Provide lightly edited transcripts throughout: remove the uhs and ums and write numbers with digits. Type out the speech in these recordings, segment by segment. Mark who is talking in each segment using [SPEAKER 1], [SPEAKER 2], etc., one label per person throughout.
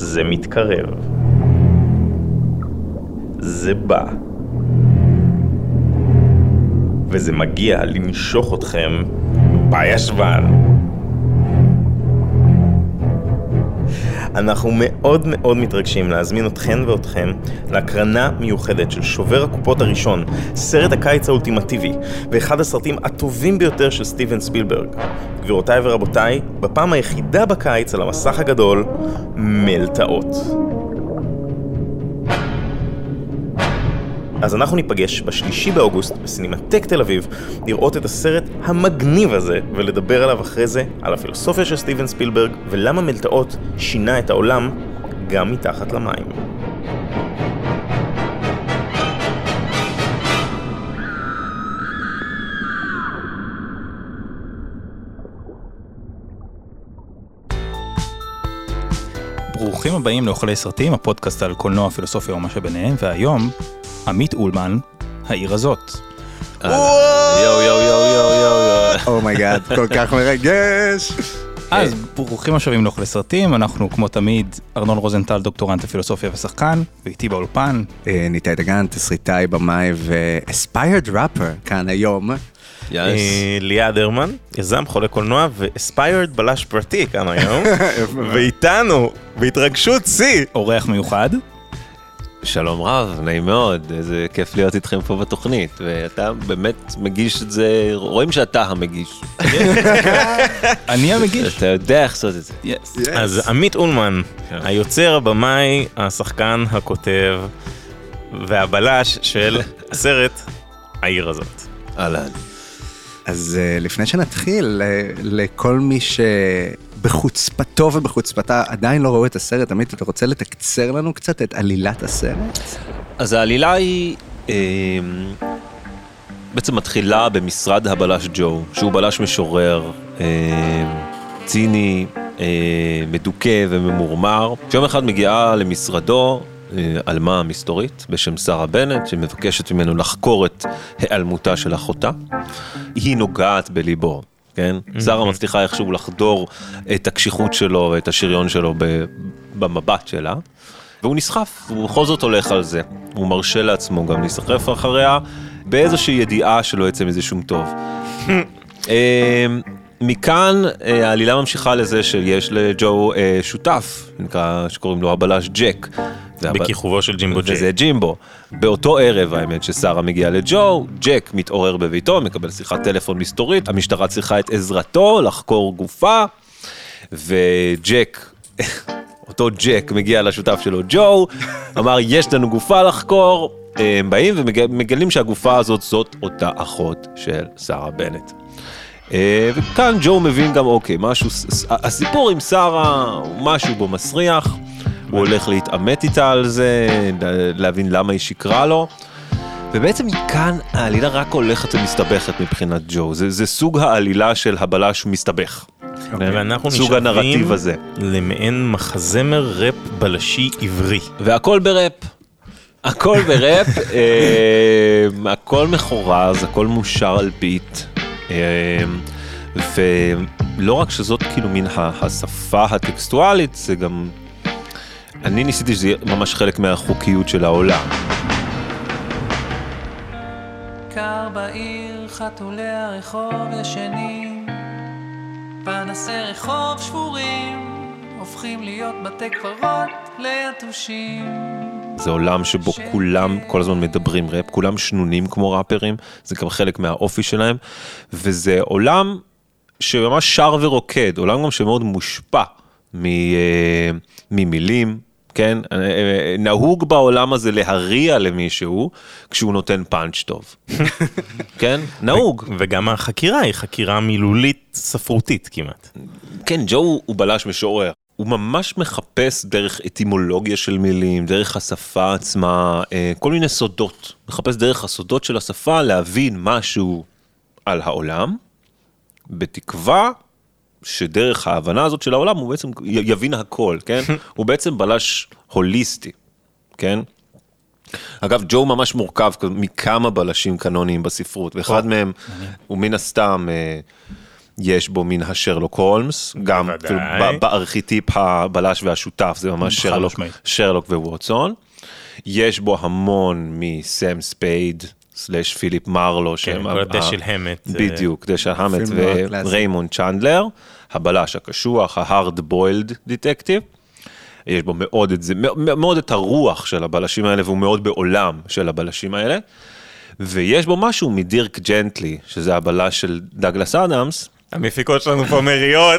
[SPEAKER 1] זה מתקרב. זה בא. וזה מגיע לנשוך אתכם בישבן. אנחנו מאוד מאוד מתרגשים להזמין אתכן ואתכם להקרנה מיוחדת של שובר הקופות הראשון, סרט הקיץ האולטימטיבי, ואחד הסרטים הטובים ביותר של סטיבן ספילברג. גבירותיי ורבותיי, בפעם היחידה בקיץ על המסך הגדול, מלטעות. אז אנחנו ניפגש ב3 באוגוסט בסינמטק תל אביב לראות את הסרט המגניב הזה ולדבר עליו אחרי זה על הפילוסופיה של סטיבן ספילברג ולמה מלטעות שינה את העולם גם מתחת למים.
[SPEAKER 2] ברוכים הבאים לאוכלי סרטים, הפודקאסט על קולנוע, פילוסופיה ומה שביניהם, והיום עמית אולמן, העיר הזאת.
[SPEAKER 3] יו יו יו יו יו.
[SPEAKER 4] אומייגאד, כל כך מרגש.
[SPEAKER 2] אז ברוכים השבים לאוכלי סרטים, אנחנו כמו תמיד ארנון רוזנטל, דוקטורנט לפילוסופיה ושחקן, ואיתי באולפן
[SPEAKER 4] ניתאי דגן, תסריטאי, במאי ו-aspired rapper כאן היום.
[SPEAKER 1] ליעד הרמן, יזם חולה קולנוע ו-aspired בלש פרטי כאן היום. ואיתנו, בהתרגשות סי,
[SPEAKER 2] אורח מיוחד.
[SPEAKER 3] שלום רב, נעים מאוד, איזה כיף להיות איתכם פה בתוכנית, ואתה באמת מגיש את זה, רואים שאתה המגיש.
[SPEAKER 2] אני המגיש.
[SPEAKER 3] אתה יודע איך לעשות את זה.
[SPEAKER 1] אז עמית אולמן, היוצר, הבמאי, השחקן, הכותב והבלש של הסרט העיר הזאת.
[SPEAKER 3] אהלן.
[SPEAKER 4] אז לפני שנתחיל, לכל מי שבחוצפתו ובחוצפתה עדיין לא ראו את הסרט, עמית, אתה רוצה לתקצר לנו קצת את עלילת הסרט?
[SPEAKER 3] אז העלילה היא בעצם מתחילה במשרד הבלש ג'ו, שהוא בלש משורר, ציני, מדוכא וממורמר. שיום אחד מגיעה למשרדו אלמה מסתורית בשם שרה בנט, שמבקשת ממנו לחקור את היעלמותה של אחותה. היא נוגעת בליבו, כן? שרה מצליחה איכשהו לחדור את הקשיחות שלו ואת השריון שלו במבט שלה, והוא נסחף, הוא בכל זאת הולך על זה. הוא מרשה לעצמו גם להיסחף אחריה, באיזושהי ידיעה שלא יצא מזה שום טוב. מכאן העלילה ממשיכה לזה שיש לג'ו שותף, נקרא שקוראים לו הבלש ג'ק.
[SPEAKER 1] בכיכובו של ג'ימבו ג'ק.
[SPEAKER 3] וזה ג'ימבו. באותו ערב, האמת, ששרה מגיעה לג'ו, ג'ק מתעורר בביתו, מקבל שיחת טלפון מסתורית, המשטרה צריכה את עזרתו לחקור גופה, וג'ק, אותו ג'ק מגיע לשותף שלו ג'ו, אמר, יש לנו גופה לחקור, הם באים ומגלים שהגופה הזאת זאת אותה אחות של שרה בנט. וכאן ג'ו מבין גם, אוקיי, משהו, הסיפור עם שרה, משהו בו מסריח, הוא הולך להתאמת איתה על זה, להבין למה היא שקרה לו, ובעצם מכאן העלילה רק הולכת ומסתבכת מבחינת ג'ו, זה סוג העלילה של הבלש מסתבך.
[SPEAKER 1] ואנחנו
[SPEAKER 3] סוג הנרטיב הזה.
[SPEAKER 1] למעין מחזמר רפ בלשי עברי.
[SPEAKER 3] והכל בראפ. הכל בראפ, הכל מחורז, הכל מושר על ביט. ולא רק שזאת כאילו מן השפה הטקסטואלית, זה גם, אני ניסיתי שזה ממש חלק מהחוקיות של העולם.
[SPEAKER 5] קר בעיר, חתולי הרחוב ישנים, פנסי רחוב שבורים, הופכים להיות בתי קברות ליתושים.
[SPEAKER 3] זה עולם שבו כולם כל הזמן מדברים ראפ, כולם שנונים כמו ראפרים, זה גם חלק מהאופי שלהם, וזה עולם שממש שר ורוקד, עולם גם שמאוד מושפע ממילים, כן? נהוג בעולם הזה להריע למישהו כשהוא נותן פאנץ' טוב. כן? נהוג.
[SPEAKER 1] וגם החקירה היא חקירה מילולית ספרותית כמעט.
[SPEAKER 3] כן, ג'ו הוא בלש משורר. הוא ממש מחפש דרך אטימולוגיה של מילים, דרך השפה עצמה, כל מיני סודות. מחפש דרך הסודות של השפה להבין משהו על העולם, בתקווה שדרך ההבנה הזאת של העולם הוא בעצם יבין הכל, כן? הוא בעצם בלש הוליסטי, כן? אגב, ג'ו ממש מורכב מכמה בלשים קנוניים בספרות, ואחד מהם הוא מן הסתם יש בו מן השרלוק הולמס, גם בארכיטיפ הבלש והשותף, זה ממש שרלוק וווטסון. יש בו המון מסם ספייד, סלש פיליפ מרלו,
[SPEAKER 1] כל הדשל המט.
[SPEAKER 3] בדיוק, דשל המט וריימונד צ'נדלר, הבלש הקשוח, ההארד בוילד דיטקטיב. יש בו מאוד את הרוח של הבלשים האלה, והוא מאוד בעולם של הבלשים האלה. ויש בו משהו מדירק ג'נטלי, שזה הבלש של דאגלס אדמס.
[SPEAKER 1] המפיקות שלנו פה מריות.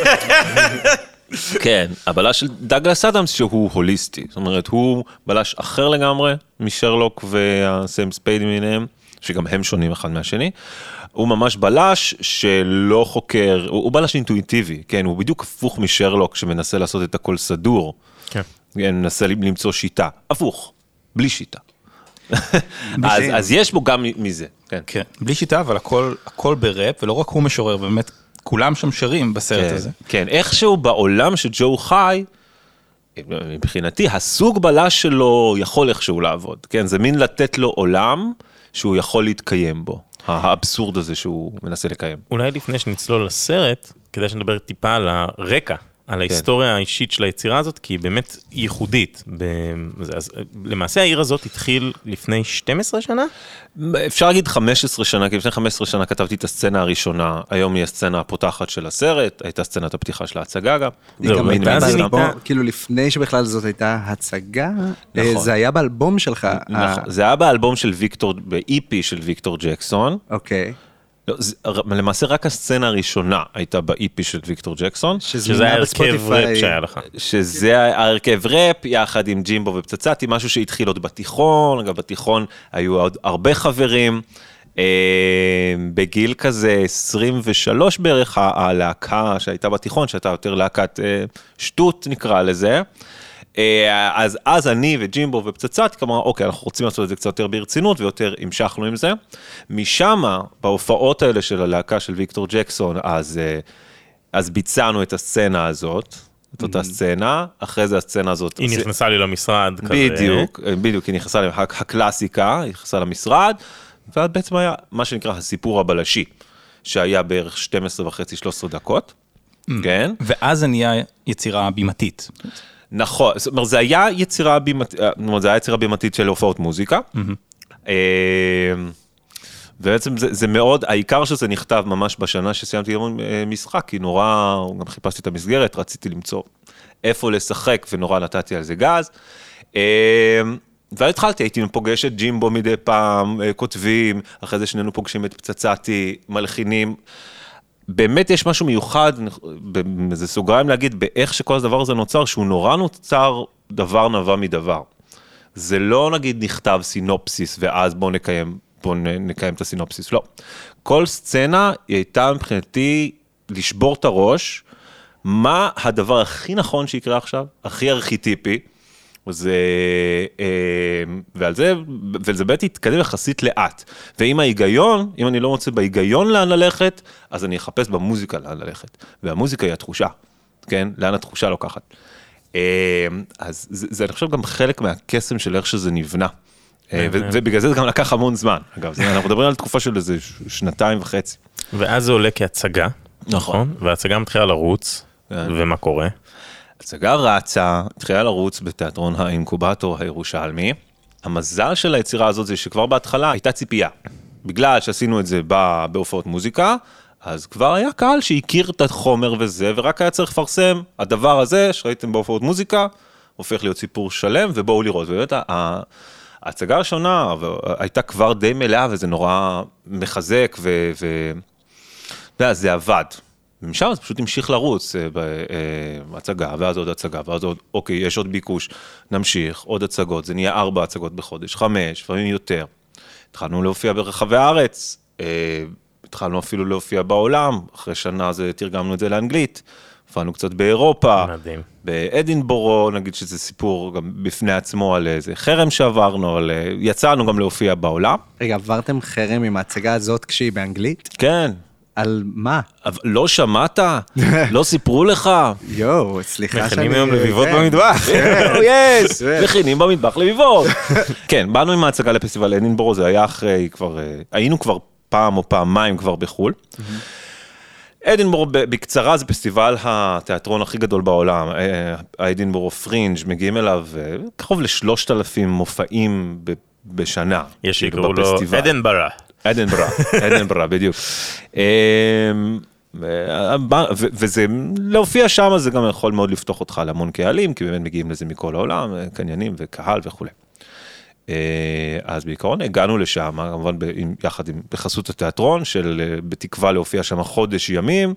[SPEAKER 3] כן, הבלש של דאגלס אדמס שהוא הוליסטי, זאת אומרת, הוא בלש אחר לגמרי משרלוק והסם ספייד מיניהם, שגם הם שונים אחד מהשני. הוא ממש בלש שלא חוקר, הוא בלש אינטואיטיבי, כן, הוא בדיוק הפוך משרלוק שמנסה לעשות את הכל סדור. כן. מנסה למצוא שיטה, הפוך, בלי שיטה. אז יש בו גם מזה.
[SPEAKER 2] כן, בלי שיטה, אבל הכל בראפ, ולא רק הוא משורר, באמת כולם שם שרים בסרט הזה.
[SPEAKER 3] כן, איכשהו בעולם שג'ו חי, מבחינתי, הסוג בלש שלו יכול איכשהו לעבוד. כן, זה מין לתת לו עולם שהוא יכול להתקיים בו. האבסורד הזה שהוא מנסה לקיים.
[SPEAKER 1] אולי לפני שנצלול לסרט, כדי שנדבר טיפה על הרקע, על ההיסטוריה האישית של היצירה הזאת, כי היא באמת ייחודית. אז למעשה העיר הזאת התחיל לפני 12 שנה?
[SPEAKER 3] אפשר להגיד 15 שנה, כי לפני 15 שנה כתבתי את הסצנה הראשונה, היום היא הסצנה הפותחת של הסרט, הייתה סצנת הפתיחה של ההצגה גם.
[SPEAKER 4] כאילו לפני שבכלל זאת הייתה הצגה, זה היה באלבום שלך.
[SPEAKER 3] זה היה באלבום של ויקטור, ב-EP של ויקטור ג'קסון.
[SPEAKER 4] אוקיי.
[SPEAKER 3] למעשה רק הסצנה הראשונה הייתה ב-EP של ויקטור ג'קסון.
[SPEAKER 1] שזה היה הרכב ראפ שהיה לך.
[SPEAKER 3] שזה היה הרכב ראפ, יחד עם ג'ימבו ופצצתי, משהו שהתחיל עוד בתיכון, אגב בתיכון היו עוד הרבה חברים, בגיל כזה 23 בערך, הלהקה שהייתה בתיכון, שהייתה יותר להקת שטות נקרא לזה, אז אני וג'ימבו ופצצת, כלומר, אוקיי, אנחנו רוצים לעשות את זה קצת יותר ברצינות, ויותר המשכנו עם זה. משם, בהופעות האלה של הלהקה של ויקטור ג'קסון, אז ביצענו את הסצנה הזאת, את אותה סצנה, אחרי זה הסצנה הזאת...
[SPEAKER 1] היא נכנסה לי למשרד כזה.
[SPEAKER 3] בדיוק, היא נכנסה הקלאסיקה, היא נכנסה למשרד, ואז בעצם היה מה שנקרא הסיפור הבלשי, שהיה בערך 12.5-13 דקות, כן?
[SPEAKER 2] ואז נהיה יצירה בימתית.
[SPEAKER 3] נכון, זאת אומרת, זה היה יצירה בימתית של הופעות מוזיקה, ובעצם זה מאוד, העיקר שזה נכתב ממש בשנה שסיימתי משחק, כי נורא, גם חיפשתי את המסגרת, רציתי למצוא איפה לשחק, ונורא נתתי על זה גז, והתחלתי, הייתי פוגש את ג'ימבו מדי פעם, כותבים, אחרי זה שנינו פוגשים את פצצתי, מלחינים, באמת יש משהו מיוחד, זה סוגריים להגיד, באיך שכל הדבר הזה נוצר, שהוא נורא נוצר דבר נבע מדבר. זה לא נגיד נכתב סינופסיס, ואז בואו נקיים את הסינופסיס, לא. כל סצנה היא הייתה מבחינתי לשבור את הראש, מה הדבר הכי נכון שיקרה עכשיו, הכי ארכיטיפי, וזה באמת יתקדם יחסית לאט. ואם ההיגיון, אם אני לא מוצא בהיגיון לאן ללכת, אז אני אחפש במוזיקה לאן ללכת. והמוזיקה היא התחושה, כן? לאן התחושה לוקחת. אז זה אני חושב גם חלק מהקסם של איך שזה נבנה. ובגלל זה גם לקח המון זמן. אגב, אנחנו מדברים על תקופה של איזה 2.5.
[SPEAKER 1] ואז זה עולה כהצגה, נכון? וההצגה מתחילה לרוץ, ומה קורה?
[SPEAKER 3] הצגה רצה, התחילה לרוץ בתיאטרון האינקובטור הירושלמי. המזל של היצירה הזאת זה שכבר בהתחלה הייתה ציפייה. בגלל שעשינו את זה בהופעות מוזיקה, אז כבר היה קהל שהכיר את החומר וזה, ורק היה צריך לפרסם. הדבר הזה שראיתם בהופעות מוזיקה, הופך להיות סיפור שלם, ובואו לראות. ובאמת, ההצגה הראשונה הייתה כבר די מלאה, וזה נורא מחזק, זה עבד. ומשם זה פשוט המשיך לרוץ בהצגה, ואז עוד הצגה, ואז עוד, אוקיי, יש עוד ביקוש, נמשיך, עוד הצגות, זה נהיה 4 הצגות בחודש, 5, לפעמים יותר. התחלנו להופיע ברחבי הארץ, התחלנו אפילו להופיע בעולם, אחרי שנה זה תרגמנו את זה לאנגלית, הופענו קצת באירופה, מדהים. באדינבורו, נגיד שזה סיפור גם בפני עצמו על איזה חרם שעברנו, יצאנו גם להופיע בעולם.
[SPEAKER 4] רגע, עברתם חרם עם ההצגה הזאת כשהיא באנגלית?
[SPEAKER 3] כן.
[SPEAKER 4] על מה?
[SPEAKER 3] לא שמעת? לא סיפרו לך?
[SPEAKER 4] יואו, סליחה שאני...
[SPEAKER 1] מכינים היום לביבות במטבח.
[SPEAKER 3] יס, מכינים במטבח לביבות. כן, באנו עם ההצגה לפסטיבל אדינבורו, זה היה אחרי כבר... היינו כבר פעם או פעמיים כבר בחול. אדינבורו בקצרה זה פסטיבל התיאטרון הכי גדול בעולם, האדינבורו פרינג', מגיעים אליו קרוב ל3,000 מופעים בשנה.
[SPEAKER 1] יש שיקראו לו
[SPEAKER 3] אדינברה, בדיוק. וזה, להופיע שם זה גם יכול מאוד לפתוח אותך להמון קהלים, כי באמת מגיעים לזה מכל העולם, קניינים וקהל וכו'. אז בעיקרון הגענו לשם, כמובן יחד עם בחסות התיאטרון, בתקווה להופיע שם חודש ימים,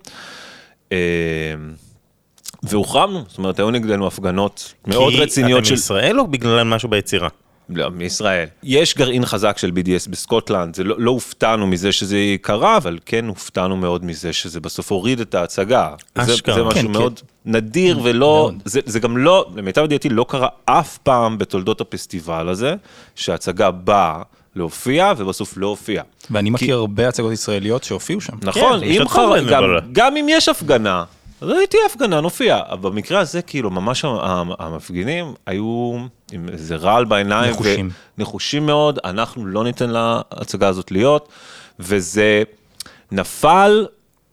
[SPEAKER 3] והוחרמנו, זאת אומרת, היו נגדנו הפגנות מאוד רציניות.
[SPEAKER 1] כי אתם מישראל או בגלל משהו ביצירה?
[SPEAKER 3] לא, מישראל. יש גרעין חזק של BDS בסקוטלנד, זה לא הופתענו מזה שזה קרה, אבל כן הופתענו מאוד מזה שזה בסוף הוריד את ההצגה. זה משהו מאוד נדיר ולא, זה גם לא, למיטב ידיעתי לא קרה אף פעם בתולדות הפסטיבל הזה, שההצגה באה להופיע ובסוף לא הופיע.
[SPEAKER 2] ואני מכיר הרבה הצגות ישראליות שהופיעו שם.
[SPEAKER 3] נכון, גם אם יש הפגנה, ראיתי הפגנה, נופיע, אבל במקרה הזה, כאילו, ממש המפגינים היו עם איזה רעל בעיניים, נחושים מאוד, אנחנו לא ניתן להצגה הזאת להיות, וזה נפל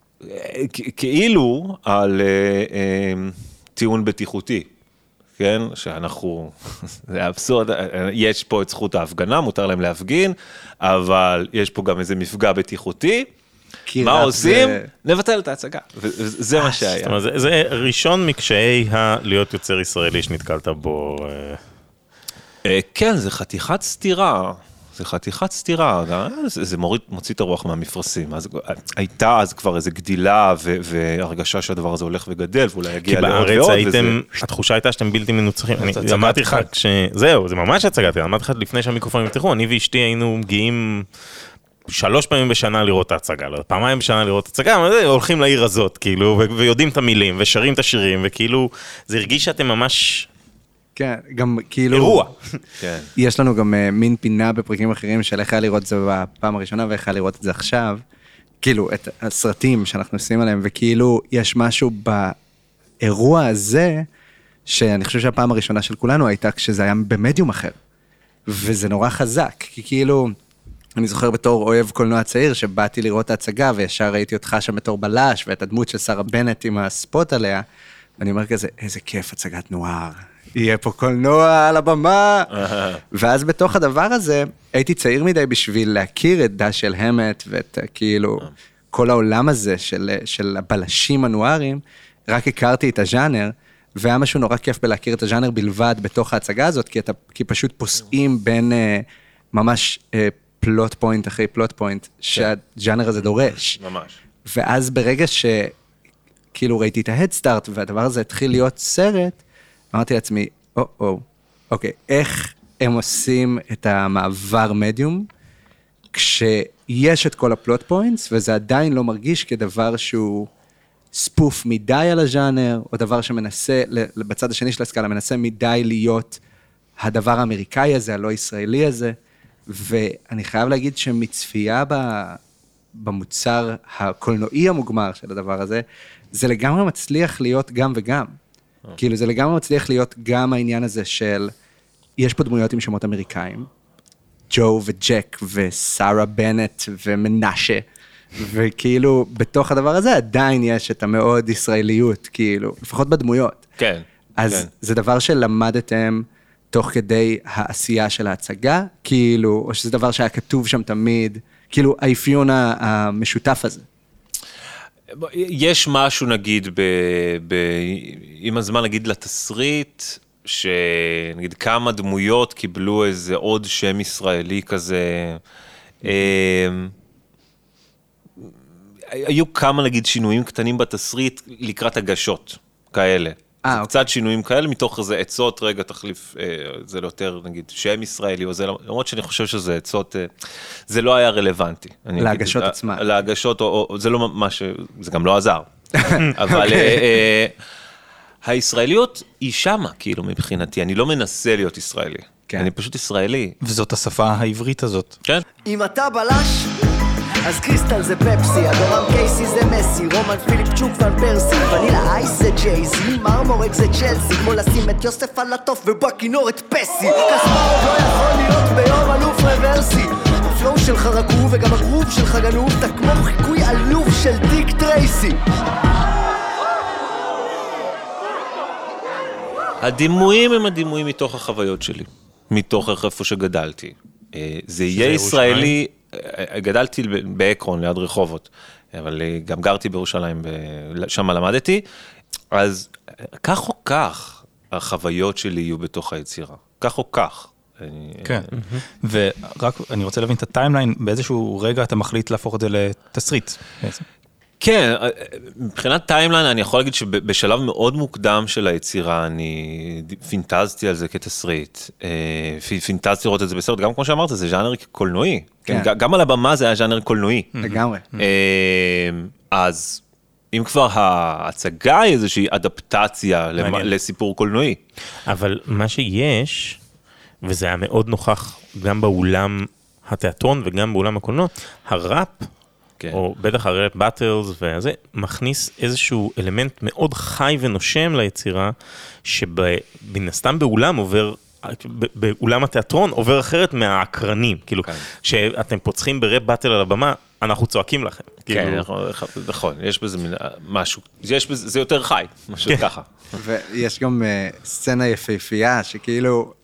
[SPEAKER 3] כאילו על טיעון בטיחותי, כן? שאנחנו, זה אבסורד, יש פה את זכות ההפגנה, מותר להם להפגין, אבל יש פה גם איזה מפגע בטיחותי, מה עושים? נבטל את ההצגה. וזה מה שהיה.
[SPEAKER 1] זאת אומרת, זה ראשון מקשיי להיות יוצר ישראלי שנתקלת בו.
[SPEAKER 3] כן, זה חתיכת סתירה. זה חתיכת סתירה. זה מוציא את הרוח מהמפרשים. הייתה אז כבר איזו גדילה והרגשה שהדבר הזה הולך וגדל, ואולי יגיע לעוד ועוד.
[SPEAKER 1] כי בארץ הייתם, התחושה הייתה שאתם בלתי מנוצחים. אני אמרתי לך, זהו, זה ממש הצגתי. אמרתי לך לפני שהמיקרופונים יפתחו, אני ואשתי היינו מגיעים 3 פעמים בשנה לראות את ההצגה, פעמיים בשנה לראות את ההצגה, הולכים לעיר הזאת, כאילו, ויודעים את המילים, ושרים את השירים, וכאילו, זה הרגיש שאתם ממש
[SPEAKER 4] כן, גם כאילו...
[SPEAKER 1] אירוע.
[SPEAKER 4] יש לנו גם מין פינה בפרקים אחרים, של איך היה לראות את זה בפעם הראשונה, ואיך היה לראות את זה עכשיו, כאילו, את הסרטים שאנחנו עושים עליהם, וכאילו, יש משהו באירוע הזה, שאני חושב שהפעם הראשונה של כולנו הייתה כשזה היה במדיום אחר, וזה נורא חזק, כי כאילו... אני זוכר בתור אוהב קולנוע צעיר, שבאתי לראות את ההצגה, וישר ראיתי אותך שם בתור בלש, ואת הדמות של שרה בנט עם הספוט עליה, ואני אומר כזה, איזה כיף הצגת נוער, יהיה פה קולנוע על הבמה, ואז בתוך הדבר הזה, הייתי צעיר מדי בשביל להכיר את דשל המט, ואת כאילו, כל העולם הזה של הבלשים הנוערים, רק הכרתי את הז'אנר, והיה משהו נורא כיף בלהכיר את הז'אנר בלבד בתוך ההצגה הזאת, כי פשוט פוסעים בין ממש פלוט פוינט אחרי פלוט פוינט, שהג'אנר הזה דורש.
[SPEAKER 3] ממש.
[SPEAKER 4] ואז ברגע שכאילו ראיתי את ההדסטארט, והדבר הזה התחיל להיות סרט, אמרתי לעצמי, אוקיי, איך הם עושים את המעבר מדיום, כשיש את כל הפלוט פוינטס, וזה עדיין לא מרגיש כדבר שהוא ספוף מדי על הז'אנר, או דבר שמנסה, בצד השני של הסקאלה, מנסה מדי להיות הדבר האמריקאי הזה, הלא ישראלי הזה, ואני חייב להגיד שמצפייה במוצר הקולנועי המוגמר של הדבר הזה, זה לגמרי מצליח להיות גם וגם. כאילו זה לגמרי מצליח להיות גם העניין הזה של, יש פה דמויות עם שמות אמריקאים, ג'ו וג'ק ושרה בנט ומנשה, וכאילו בתוך הדבר הזה עדיין יש את המאוד ישראליות, כאילו, לפחות בדמויות.
[SPEAKER 3] כן.
[SPEAKER 4] אז זה דבר שלמדתם תוך כדי העשייה של ההצגה, כאילו, או שזה דבר שהיה כתוב שם תמיד, כאילו, האפיון המשותף הזה.
[SPEAKER 3] יש משהו, נגיד, עם הזמן, נגיד, לתסריט, שנגיד, כמה דמויות קיבלו איזה עוד שם ישראלי כזה, היו כמה, נגיד, שינויים קטנים בתסריט לקראת הגשות כאלה. קצת שינויים כאלה, מתוך איזה עצות, רגע תחליף, זה לא יותר, נגיד, שם ישראלי, או זה, למרות שאני חושב שזה עצות, זה לא היה רלוונטי.
[SPEAKER 4] להגשות עצמה.
[SPEAKER 3] להגשות, או זה לא מה זה גם לא עזר. אבל הישראליות היא שמה, כאילו, מבחינתי, אני לא מנסה להיות ישראלי. אני פשוט ישראלי.
[SPEAKER 2] וזאת השפה העברית הזאת.
[SPEAKER 3] כן.
[SPEAKER 6] אם אתה בלש, אז קריסטל זה פפסי, אדורם קייסי זה מסי, רומן פיליפ צ'וק ון פרסי, ונילה אייס זה ג'ייזי, מרמורק זה צ'לסי, כמו לשים את יוסף על הטוף ובכינור את פסי, קספרוב לא יכול להיות ביום אלוף רוורסי, הפלואו שלך רגוב וגם הגרוב שלך גנוב, אתה כמו חיקוי עלוב של דיק טרייסי.
[SPEAKER 3] הדימויים הם הדימויים מתוך החוויות שלי, מתוך איפה שגדלתי. זה יהיה ישראלי, גדלתי באקרון ליד רחובות, אבל גם גרתי בירושלים, שם למדתי, אז כך או כך החוויות שלי יהיו בתוך היצירה, כך או כך.
[SPEAKER 2] כן, ורק אני רוצה להבין את הטיימליין, באיזשהו רגע אתה מחליט להפוך את זה לתסריט.
[SPEAKER 3] כן, מבחינת טיימליין אני יכול להגיד שבשלב מאוד מוקדם של היצירה אני פינטזתי על זה כתסריט, פינטזתי לראות את זה בסרט, גם כמו שאמרת, זה ז'אנר קולנועי, גם על הבמה זה היה ז'אנר קולנועי.
[SPEAKER 4] לגמרי.
[SPEAKER 3] אז אם כבר ההצגה היא איזושהי אדפטציה לסיפור קולנועי.
[SPEAKER 1] אבל מה שיש, וזה היה מאוד נוכח גם באולם התיאטרון וגם באולם הקולנוע, הראפ, או בטח הראפ באטלס וזה, מכניס איזשהו אלמנט מאוד חי ונושם ליצירה, שמן הסתם באולם עובר, באולם התיאטרון עובר אחרת מהאקרנים, כאילו, כשאתם פוצחים בראפ באטל על הבמה, אנחנו צועקים לכם.
[SPEAKER 3] כן, נכון, יש בזה משהו, זה יותר חי, משהו ככה.
[SPEAKER 4] ויש גם סצנה יפהפייה, שכאילו,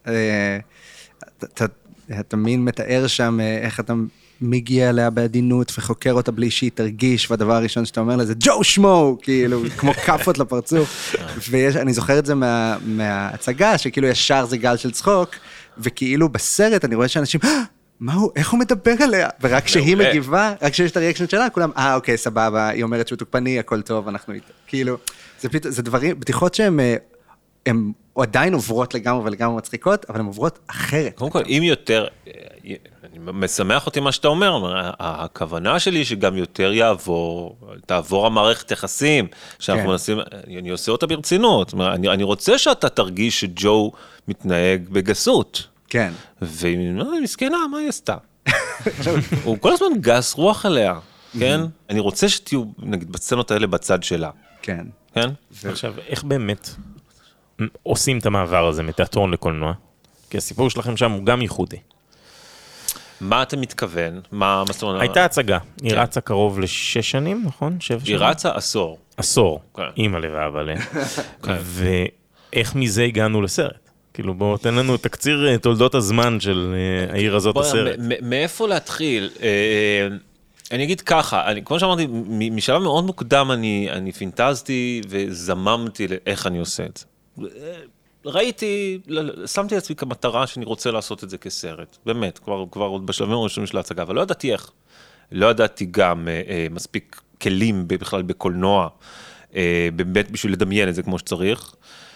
[SPEAKER 4] אתה מין מתאר שם איך אתה מגיע אליה בעדינות וחוקר אותה בלי שהיא תרגיש, והדבר הראשון שאתה אומר לה זה ג'ו שמו, כאילו, כמו כפות לפרצוף. ואני זוכר את זה מההצגה, שכאילו ישר זה גל של צחוק, וכאילו בסרט אני רואה שאנשים, מה הוא, איך הוא מדבר עליה? ורק כשהיא מגיבה, רק כשיש את הריאקשן שלה, כולם, אוקיי, סבבה, היא אומרת שהוא תוקפני, הכל טוב, אנחנו איתה. כאילו, זה דברים, בדיחות שהן עדיין עוברות לגמרי ולגמרי מצחיקות, אבל הן עוברות אחרת.
[SPEAKER 3] קודם כל, אם יותר, משמח אותי מה שאתה אומר, הכוונה שלי שגם יותר תעבור המערכת יחסים, שאנחנו מנסים, אני עושה אותה ברצינות, אני רוצה שאתה תרגיש שג'ו מתנהג בגסות.
[SPEAKER 4] כן.
[SPEAKER 3] והיא מסכנה, מה היא עשתה? הוא כל הזמן גס רוח עליה, כן? אני רוצה שתהיו, נגיד, בסצנות האלה בצד שלה.
[SPEAKER 4] כן.
[SPEAKER 3] כן?
[SPEAKER 1] עכשיו, איך באמת עושים את המעבר הזה מתיאטרון לקולנוע? כי הסיפור שלכם שם הוא גם ייחודי.
[SPEAKER 3] מה אתה מתכוון?
[SPEAKER 1] הייתה הצגה, היא רצה קרוב ל6 שנים, נכון? 7 שנים?
[SPEAKER 3] היא רצה עשור.
[SPEAKER 1] עשור, אימא לב ואבא לב. ואיך מזה הגענו לסרט? כאילו בואו תן לנו תקציר תולדות הזמן של העיר הזאת הסרט.
[SPEAKER 3] מאיפה להתחיל? אני אגיד ככה, כמו שאמרתי, משלב מאוד מוקדם אני פינטזתי וזממתי לאיך אני עושה את זה. ראיתי, שמתי לעצמי כמטרה שאני רוצה לעשות את זה כסרט, באמת, כבר עוד בשלבים הראשונים של ההצגה, אבל לא ידעתי איך. לא ידעתי גם מספיק כלים בכלל בקולנוע, באמת בשביל לדמיין את זה כמו שצריך.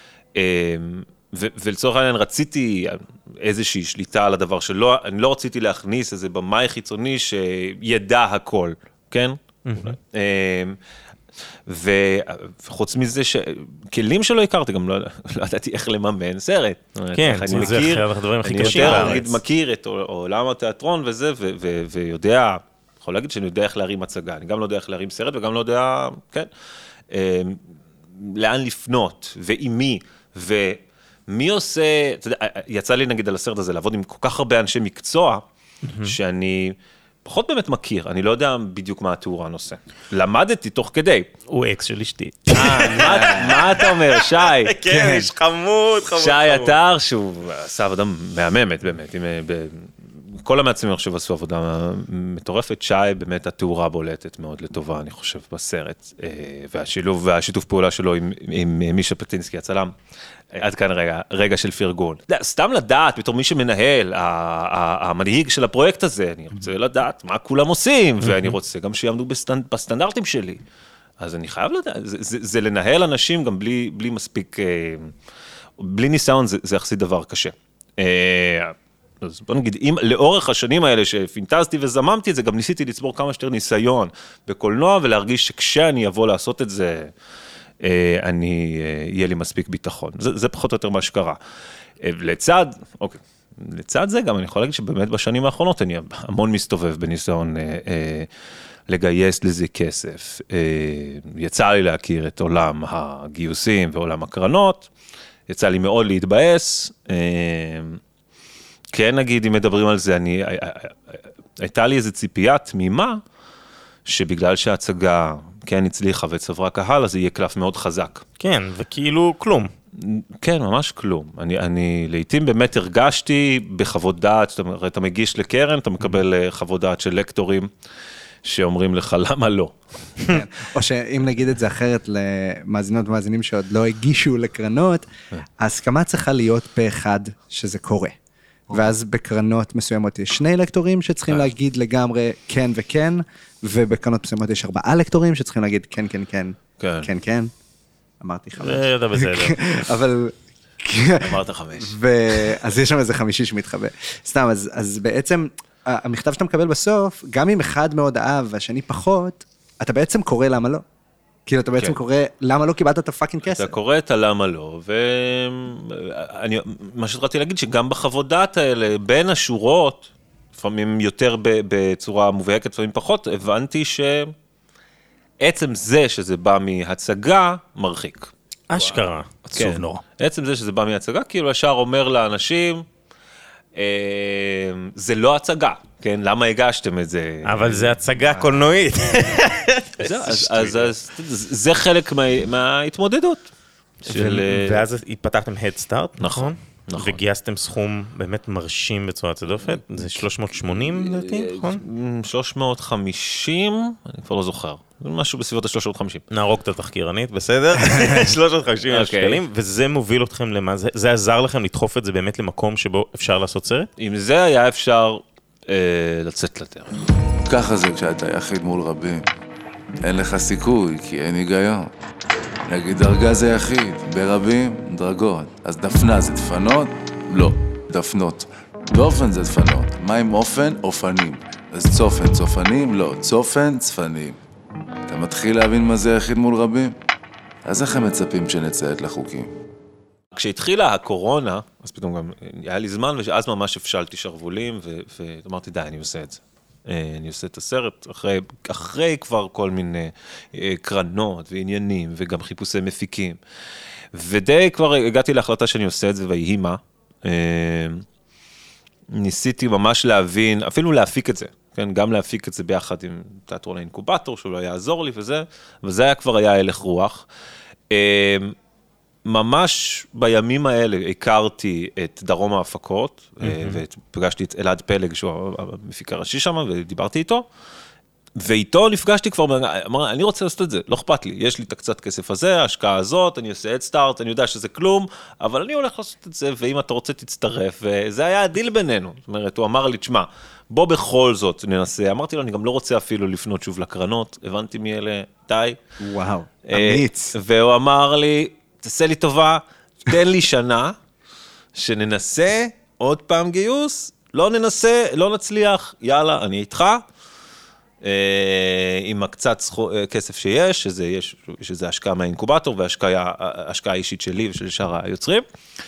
[SPEAKER 3] ולצורך העניין רציתי איזושהי שליטה על הדבר שלא, אני לא רציתי להכניס איזה במאי חיצוני שידע הכל, כן? וחוץ מזה שכלים שלא הכרתי, גם לא ידעתי איך לממן סרט.
[SPEAKER 1] כן, זה אחד הדברים הכי קשים.
[SPEAKER 3] אני מכיר את עולם התיאטרון וזה, ויודע, יכול להגיד שאני יודע איך להרים הצגה, אני גם לא יודע איך להרים סרט, וגם לא יודע, כן, לאן לפנות, ועם מי, מי עושה, יצא לי נגיד על הסרט הזה לעבוד עם כל כך הרבה אנשי מקצוע, שאני פחות באמת מכיר, אני לא יודע בדיוק מה התיאור הנושא. למדתי תוך כדי.
[SPEAKER 1] הוא אקס של אשתי.
[SPEAKER 3] מה אתה אומר, שי?
[SPEAKER 1] כן, איש חמוד.
[SPEAKER 3] שי אתר, שהוא עשה עבודה מהממת באמת, כל המעצמים עכשיו עשו עבודה מטורפת, שי באמת התיאורה בולטת מאוד לטובה, אני חושב, בסרט, והשילוב והשיתוף פעולה שלו עם מישה פטינסקי, הצלם, עד כאן רגע של פרגון. סתם לדעת, בתור מי שמנהל, המנהיג של הפרויקט הזה, אני רוצה לדעת מה כולם עושים, ואני רוצה גם שיעמדו בסטנדרטים שלי. אז אני חייב לדעת, זה לנהל אנשים גם בלי מספיק, בלי ניסיון, זה יחסית דבר קשה. אז בוא נגיד, לאורך השנים האלה שפינטזתי וזממתי את זה, גם ניסיתי לצבור כמה שיותר ניסיון בקולנוע, ולהרגיש שכשאני אבוא לעשות את זה, יהיה לי מספיק ביטחון. זה פחות או יותר מה שקרה. לצד זה גם אני יכול להגיד שבאמת בשנים האחרונות אני המון מסתובב בניסיון לגייס לזה כסף. יצא לי להכיר את עולם הגיוסים ועולם הקרנות, יצא לי מאוד להתבאס, כן, נגיד, אם מדברים על זה, הייתה לי איזו ציפייה תמימה, שבגלל שההצגה כן הצליחה וצברה קהל, אז יהיה קלף מאוד חזק.
[SPEAKER 1] כן, וכאילו כלום.
[SPEAKER 3] כן, ממש כלום. אני לעתים באמת הרגשתי בחוות דעת, זאת אומרת, אתה מגיש לקרן, אתה מקבל חוות דעת של לקטורים, שאומרים לך למה לא.
[SPEAKER 4] או שאם נגיד את זה אחרת למאזינות ומאזינים שעוד לא הגישו לקרנות, ההסכמה צריכה להיות פה אחד שזה קורה. ואז בקרנות מסוימות יש 2 לקטורים שצריכים להגיד לגמרי כן וכן, ובקרנות מסוימות יש 4 לקטורים שצריכים להגיד כן, כן, כן, כן, כן. אמרתי 5.
[SPEAKER 1] זה בסדר.
[SPEAKER 4] אבל...
[SPEAKER 3] אמרת 5.
[SPEAKER 4] אז יש שם איזה 5 שמתחבא. סתם, אז בעצם המכתב שאתה מקבל בסוף, גם אם אחד מאוד אהב והשני פחות, אתה בעצם קורא למה לא. כאילו אתה בעצם קורא למה לא קיבלת את הפאקינג כסף.
[SPEAKER 3] אתה קורא את הלמה לא, ומה שרציתי להגיד שגם בחוות דעת האלה, בין השורות, לפעמים יותר בצורה מובהקת, לפעמים פחות, הבנתי שעצם זה שזה בא מהצגה, מרחיק.
[SPEAKER 1] אשכרה.
[SPEAKER 2] עצוב נורא.
[SPEAKER 3] עצם זה שזה בא מהצגה, כאילו ישר אומר לאנשים, זה לא הצגה, כן? למה הגשתם את זה?
[SPEAKER 1] אבל זה הצגה קולנועית.
[SPEAKER 3] אז זה חלק מההתמודדות.
[SPEAKER 1] ואז פתחתם Head Start, נכון?
[SPEAKER 3] נכון.
[SPEAKER 1] וגייסתם סכום באמת מרשים בצורה יוצאת דופן, זה 380 לדעתי, נכון?
[SPEAKER 3] 350, אני כבר לא זוכר. זה משהו בסביבות ה-350.
[SPEAKER 1] נהרוג את התחקירנית, בסדר? 350 שקלים, וזה מוביל אתכם למה? זה עזר לכם לדחוף את זה באמת למקום שבו אפשר לעשות סרט?
[SPEAKER 3] אם זה היה אפשר לצאת לדרך.
[SPEAKER 7] ככה זה כשאתה יחיד מול רבים. אין לך סיכוי, כי אין היגיון. נגיד דרגה זה יחיד, ברבים דרגות. אז דפנה זה דפנות? לא, דפנות. דופן זה דפנות. מה עם אופן? אופנים. אז צופן, צופנים? לא, צופן, צפנים. אתה מתחיל להבין מה זה יחיד מול רבים? אז איך הם מצפים שנציית לחוקים?
[SPEAKER 3] כשהתחילה הקורונה, אז פתאום גם היה לי זמן, ואז ממש הפשלתי שרבולים, ואמרתי, די, אני עושה את זה. אני עושה את הסרט, אחרי כבר כל מיני קרנות ועניינים, וגם חיפושי מפיקים. ודי כבר הגעתי להחלטה שאני עושה את זה, ויהי מה. ניסיתי ממש להבין, אפילו להפיק את זה, כן? גם להפיק את זה ביחד עם תיאטרון האינקובטור, שהוא לא יעזור לי וזה, וזה היה כבר היה הלך רוח. ממש בימים האלה הכרתי את דרום ההפקות, ופגשתי את אלעד פלג, שהוא המפיק הראשי שם, ודיברתי איתו, ואיתו נפגשתי כבר, אמר, אני רוצה לעשות את זה, לא אכפת לי, יש לי את הקצת כסף הזה, ההשקעה הזאת, אני עושה Head Start, אני יודע שזה כלום, אבל אני הולך לעשות את זה, ואם אתה רוצה תצטרף, וזה היה הדיל בינינו, זאת אומרת, הוא אמר לי, תשמע, בוא בכל זאת ננסה, אמרתי לו, אני גם לא רוצה אפילו לפנות שוב לקרנות, הבנתי מי אלה, די.
[SPEAKER 4] וואו, אמיץ.
[SPEAKER 3] והוא אמר לי, תעשה לי טובה, תן לי שנה, שננסה עוד פעם גיוס, לא ננסה, לא נצליח, יאללה, אני איתך, עם הקצת כסף שיש, שזה השקעה מהאינקובטור, והשקעה האישית שלי ושל שאר היוצרים,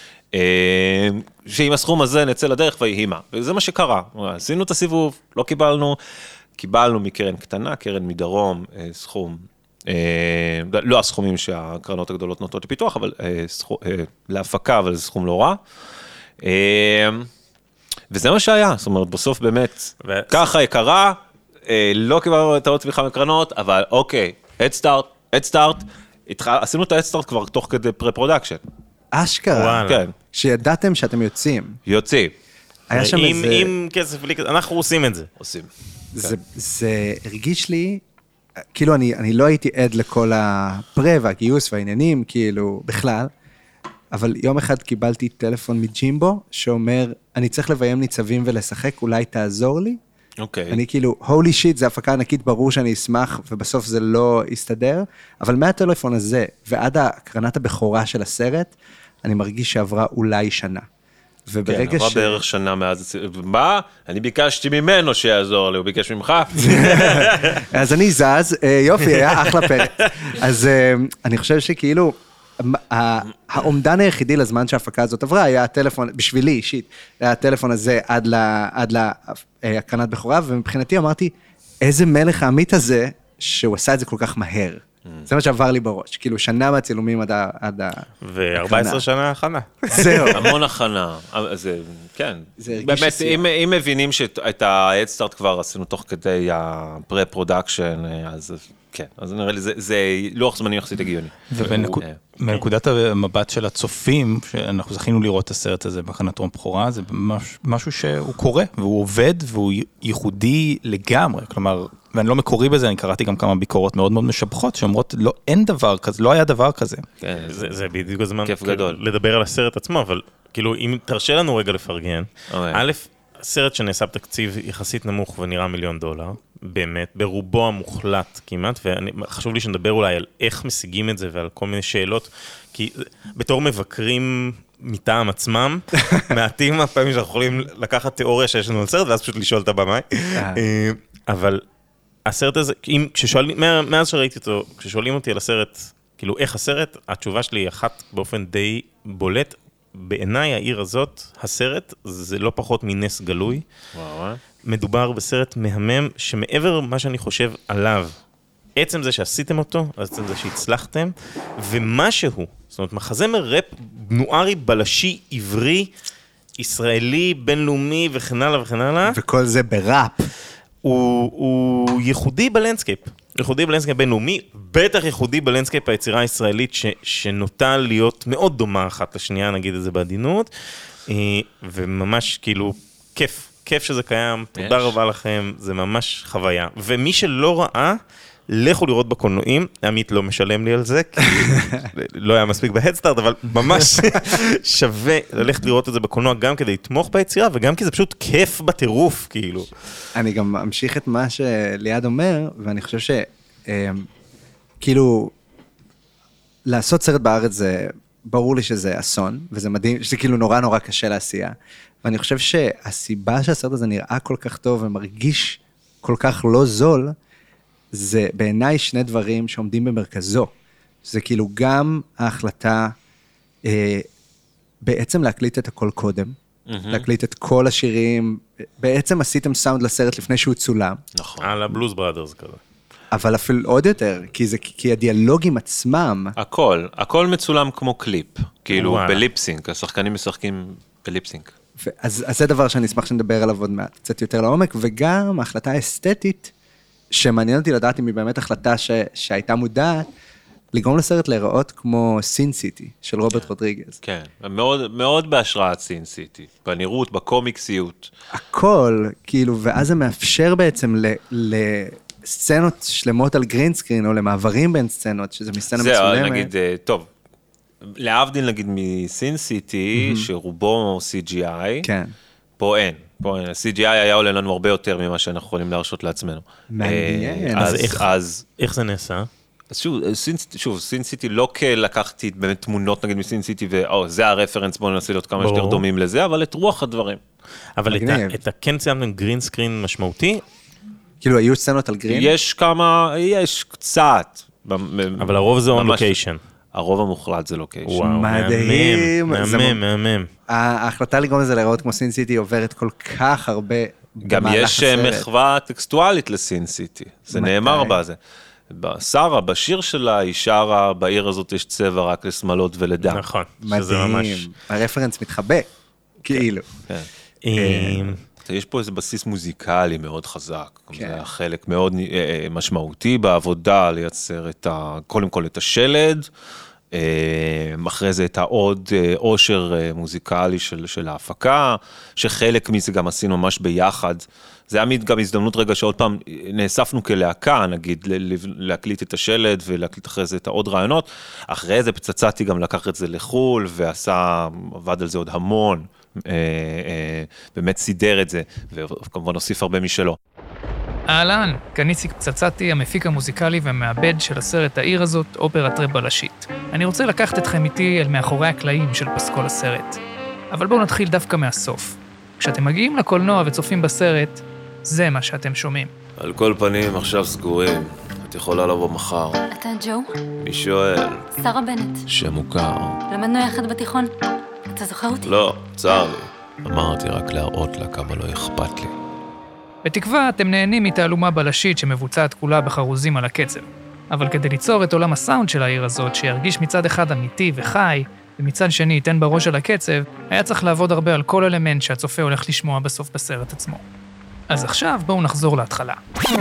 [SPEAKER 3] שעם הסכום הזה נצא לדרך ויהי מה, וזה מה שקרה, עשינו את הסיבוב, לא קיבלנו מקרן קטנה, קרן מדרום, סכום, לא הסכומים שהקרנות הגדולות נוטות לפיתוח, אבל להפקה, אבל זה סכום לא רע. וזה מה שהיה, זאת אומרת, בסוף באמת, ככה יקרה, לא קיבלנו את התמיכה מקרנות, אבל אוקיי, Head Start, עשינו את ה-Head Start כבר תוך כדי פרה-פרודקשן.
[SPEAKER 4] אשכרה.
[SPEAKER 3] כן.
[SPEAKER 4] שידעתם שאתם יוצאים.
[SPEAKER 3] יוצאים.
[SPEAKER 4] היה שם איזה...
[SPEAKER 1] עם כסף, אנחנו עושים את זה.
[SPEAKER 3] עושים.
[SPEAKER 4] זה הרגיש לי, כאילו אני לא הייתי עד לכל הפרה והגיוס והעניינים, כאילו בכלל, אבל יום אחד קיבלתי טלפון מג'ימבו, שאומר, אני צריך לביים ניצבים ולשחק, אולי תעזור לי?
[SPEAKER 3] אוקיי.
[SPEAKER 4] אני כאילו, holy shit, זה הפקה ענקית, ברור שאני אשמח, ובסוף זה לא יסתדר, אבל מהטלפון הזה, ועד הקרנת הבכורה של הסרט, אני מרגיש שעברה אולי שנה.
[SPEAKER 3] כן, עברה בערך שנה מאז, מה? אני ביקשתי ממנו שיעזור לי, הוא ביקש ממך.
[SPEAKER 4] אז אני זז, יופי, היה אחלה פרק. אז אני חושב שכאילו, העומדן היחידי לזמן שההפקה הזאת עברה, היה הטלפון, בשבילי אישית, היה הטלפון הזה עד להקרנת בכורה, ומבחינתי אמרתי, איזה מלך האמית הזה, שהוא עשה את זה כל כך מהר. זה מה שעבר לי בראש, כאילו שנה מהצילומים עד
[SPEAKER 1] ו-14 שנה הכנה.
[SPEAKER 4] זהו.
[SPEAKER 3] המון הכנה, זה, כן.
[SPEAKER 4] זה הרגיש
[SPEAKER 3] באמת,
[SPEAKER 4] עשייה.
[SPEAKER 3] אם מבינים שאת ה-Head Start כבר עשינו תוך כדי ה-Pre-Production, אז כן, אז נראה לי, זה לוח זמנים יחסית הגיוני.
[SPEAKER 2] ומנקודת המבט של הצופים, שאנחנו זכינו לראות את הסרט הזה בהכנת טרום בכורה, זה משהו שהוא קורה, והוא עובד, והוא ייחודי לגמרי, כלומר, ואני לא מקורי בזה, אני קראתי גם כמה ביקורות מאוד מאוד משבחות, שאומרות, לא, אין דבר כזה, לא היה דבר כזה.
[SPEAKER 3] כן,
[SPEAKER 1] זה בדיוק הזמן
[SPEAKER 3] כיף גדול.
[SPEAKER 1] לדבר על הסרט עצמו, אבל כאילו, אם תרשה לנו רגע לפרגן, א', סרט שנעשה בתקציב יחסית נמוך ונראה $1,000,000, באמת, ברובו המוחלט כמעט, וחשוב לי שנדבר אולי על איך משיגים את זה ועל כל מיני שאלות, כי בתור מבקרים מטעם עצמם, מעטים הפעמים שאנחנו יכולים לקחת תיאוריה שיש לנו על סרט, ואז פשוט לשאול את הבמאי. אבל הסרט הזה, מאז שראיתי אותו, כששואלים אותי על הסרט, כאילו איך הסרט, התשובה שלי היא אחת באופן די בולט, בעיניי העיר הזאת, הסרט, זה לא פחות מנס גלוי. מדובר בסרט מהמם, שמעבר מה שאני חושב עליו, עצם זה שעשיתם אותו, עצם זה שהצלחתם, ומשהו, זאת אומרת, מחזמר ראפ נוארי, בלשי, עברי, ישראלי, בינלאומי וכן הלאה וכן הלאה.
[SPEAKER 4] וכל זה בראפ.
[SPEAKER 1] הוא ייחודי בלנדסקייפ. ייחודי בלנדסקייפ בינלאומי, בטח ייחודי בלנדסקייפ היצירה הישראלית, שנוטה להיות מאוד דומה אחת לשנייה, נגיד את זה בעדינות, וממש כאילו כיף שזה קיים, תודה רבה לכם, זה ממש חוויה. ומי שלא ראה, לכו לראות בקולנועים, עמית לא משלם לי על זה, כי לא היה מספיק בהדסטארט, אבל ממש שווה ללכת לראות את זה בקולנוע, גם כדי לתמוך ביצירה, וגם כי זה פשוט כיף בטירוף, כאילו.
[SPEAKER 4] אני גם אמשיך את מה שליעד אומר, ואני חושב ש... כאילו, לעשות סרט בארץ זה... ברור לי שזה אסון, וזה מדהים, שזה כאילו נורא נורא קשה לעשייה. ואני חושב שהסיבה שהסרט הזה נראה כל כך טוב, ומרגיש כל כך לא זול, זה בעיניי שני דברים שעומדים במרכזו. זה כאילו גם ההחלטה בעצם להקליט את הכל קודם, להקליט את כל השירים, בעצם עשיתם סאונד לסרט לפני שהוא צולם.
[SPEAKER 3] נכון.
[SPEAKER 1] על הבלוז בראדרס כזה.
[SPEAKER 4] אבל אפילו עוד יותר, כי הדיאלוגים עצמם...
[SPEAKER 3] הכל מצולם כמו קליפ, כאילו בליפסינק, השחקנים משחקים בליפסינק.
[SPEAKER 4] אז זה דבר שאני אשמח שנדבר עליו עוד מעט, קצת יותר לעומק, וגם ההחלטה האסתטית, שמעניין אותי לדעת אם היא באמת החלטה שהייתה מודעת, לגרום לסרט להיראות כמו סין סיטי, של רוברט רודריגז.
[SPEAKER 3] כן, מאוד בהשראת סין סיטי, בנראות, בקומיקסיות.
[SPEAKER 4] הכל, כאילו, ואז זה מאפשר בעצם לסצנות שלמות על גרינסקרין, או למעברים בין סצנות, שזה מסצנה מצולמת.
[SPEAKER 3] זה, נגיד, טוב, להבדיל נגיד מסין סיטי, שרובו CGI,
[SPEAKER 4] כן.
[SPEAKER 3] פה אין. CGI היה עולה לנו הרבה יותר ממה שאנחנו יכולים להרשות לעצמנו.
[SPEAKER 4] מעניין.
[SPEAKER 3] אז
[SPEAKER 1] איך זה נעשה?
[SPEAKER 3] אז שוב, סין סיטי לא לקחתי באמת תמונות נגיד מסין סיטי, זה הרפרנס, בואו ננסה להיות כמה שיותר דומים לזה, אבל את רוח הדברים.
[SPEAKER 1] אבל את כן ציינתם גרין סקרין משמעותי?
[SPEAKER 4] כאילו, היו סצנות על גרין?
[SPEAKER 3] יש קצת.
[SPEAKER 1] אבל הרוב זה און לוקיישן.
[SPEAKER 3] הרוב המוחלט זה לוקיישן.
[SPEAKER 1] וואו,
[SPEAKER 4] מדהים.
[SPEAKER 1] מהמם.
[SPEAKER 4] ההחלטה לגרום לזה להיראות כמו סין סיטי עוברת כל כך הרבה
[SPEAKER 3] גם יש מחווה טקסטואלית לסין סיטי. זה נאמר בזה. שרה, בשיר שלה, היא שרה, בעיר הזאת יש צבע רק לשמאלות ולדם.
[SPEAKER 1] נכון.
[SPEAKER 4] מדהים. הרפרנס מתחבא. כאילו.
[SPEAKER 3] יש פה איזה בסיס מוזיקלי מאוד חזק. זה היה חלק מאוד משמעותי בעבודה לייצר קודם כל את השלד, אחרי זה את העוד עושר מוזיקלי של ההפקה, שחלק מזה גם עשינו ממש ביחד. זה היה גם הזדמנות רגע שעוד פעם נאספנו כלהקה, נגיד, להקליט את השלד ולהקליט אחרי זה את העוד רעיונות. אחרי זה פצצתי גם לקח את זה לחול ועבד על זה עוד המון. באמת סידר את זה, וכמובן הוסיף הרבה משלו.
[SPEAKER 5] אהלן, כאן איציק פצצתי, המפיק המוזיקלי והמעבד של הסרט העיר הזאת, אופרת ראפ בלשית. אני רוצה לקחת אתכם איתי אל מאחורי הקלעים של פסקול הסרט. אבל בואו נתחיל דווקא מהסוף. כשאתם מגיעים לקולנוע וצופים בסרט, זה מה שאתם שומעים.
[SPEAKER 3] על כל פנים, עכשיו סגורים. את יכולה לבוא מחר.
[SPEAKER 8] אתה ג'ו?
[SPEAKER 3] אני שואל.
[SPEAKER 8] שרה בנט.
[SPEAKER 3] שמוכר.
[SPEAKER 8] למדנו יחד בתיכון. אתה זוכר אותי?
[SPEAKER 3] לא, צר לי. אמרתי רק להראות לה כמה לא אכפת לי.
[SPEAKER 5] בתקווה אתם נהנים מתעלומה בלשית שמבוצעת כולה בחרוזים על הקצב. אבל כדי ליצור את עולם הסאונד של העיר הזאת, שירגיש מצד אחד אמיתי וחי, ומצד שני ייתן בראש על הקצב, היה צריך לעבוד הרבה על כל אלמנט שהצופה הולך לשמוע בסוף בסרט עצמו. אז עכשיו בואו נחזור להתחלה.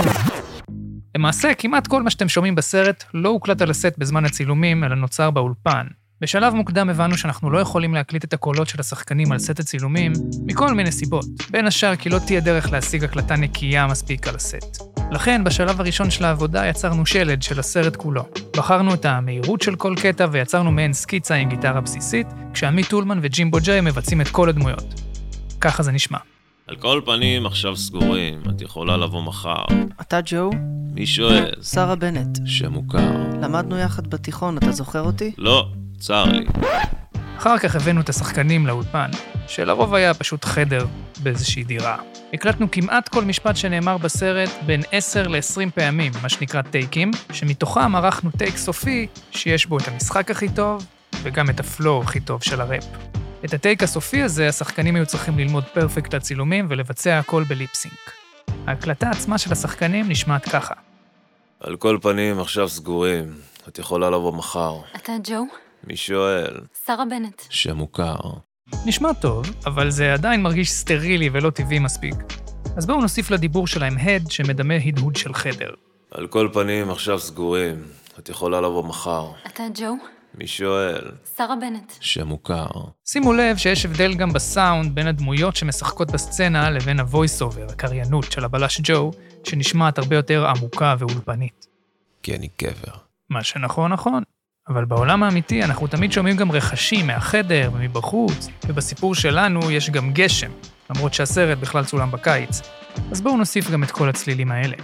[SPEAKER 5] למעשה, כמעט כל מה שאתם שומעים בסרט לא הוקלט על הסט בזמן הצילומים, אלא נוצר באולפן. בשלב מוקדם הבנו שאנחנו לא יכולים להקליט את הקולות של השחקנים על סט הצילומים, מכל מיני סיבות. בין השאר כי לא תהיה דרך להשיג הקלטה נקייה מספיק על הסט. לכן, בשלב הראשון של העבודה יצרנו שלד של הסרט כולו. בחרנו את המהירות של כל קטע ויצרנו מעין סקיצה עם גיטרה בסיסית, כשעמית טולמן וג'ימבו ג'יי מבצעים את כל הדמויות. ככה זה נשמע.
[SPEAKER 3] על כל פנים עכשיו סגורים, את יכולה לבוא מחר.
[SPEAKER 6] אתה ג'ו?
[SPEAKER 3] מי שואל?
[SPEAKER 6] שרה בנט.
[SPEAKER 3] שמוכר.
[SPEAKER 6] למדנו יחד בתיכון, אתה זוכר אותי?
[SPEAKER 3] לא, צר לי.
[SPEAKER 5] אחר כך הבאנו את השחקנים לאולפן, שלרוב היה פשוט חדר באיזושהי דירה. הקלטנו כמעט כל משפט שנאמר בסרט בין 10 ל-20 פעמים, מה שנקרא טייקים, שמתוכם ערכנו טייק סופי שיש בו את המשחק הכי טוב וגם את הפלואו הכי טוב של הראפ. את הטייק הסופי הזה השחקנים היו צריכים ללמוד פרפקט לצילומים ולבצע הכל בליפסינק. ההקלטה עצמה של השחקנים נשמעת ככה.
[SPEAKER 3] על כל פנים עכשיו סגורים, את יכולה לבוא מחר.
[SPEAKER 8] אתה ג'ו?
[SPEAKER 3] מי שואל?
[SPEAKER 8] שרה בנט.
[SPEAKER 3] שמוכר.
[SPEAKER 5] נשמע טוב, אבל זה עדיין מרגיש סטרילי ולא טבעי מספיק. אז בואו נוסיף לדיבור שלהם הד שמדמה הדהוד של חדר.
[SPEAKER 3] על כל פנים עכשיו סגורים, את יכולה לבוא מחר.
[SPEAKER 8] אתה ג'ו?
[SPEAKER 3] מי שואל?
[SPEAKER 8] שרה בנט.
[SPEAKER 3] שמוכר.
[SPEAKER 5] שימו לב שיש הבדל גם בסאונד בין הדמויות שמשחקות בסצנה לבין הוויס-אובר, הקריינות של הבלש ג'ו, שנשמעת הרבה יותר עמוקה ואולפנית.
[SPEAKER 3] כי אני גבר.
[SPEAKER 5] מה שנכון, נכון. אבל בעולם האמיתי אנחנו תמיד שומעים גם רכשים מהחדר ומבחוץ, ובסיפור שלנו יש גם גשם, למרות שהסרט בכלל צולם בקיץ. אז בואו נוסיף גם את כל הצלילים האלה.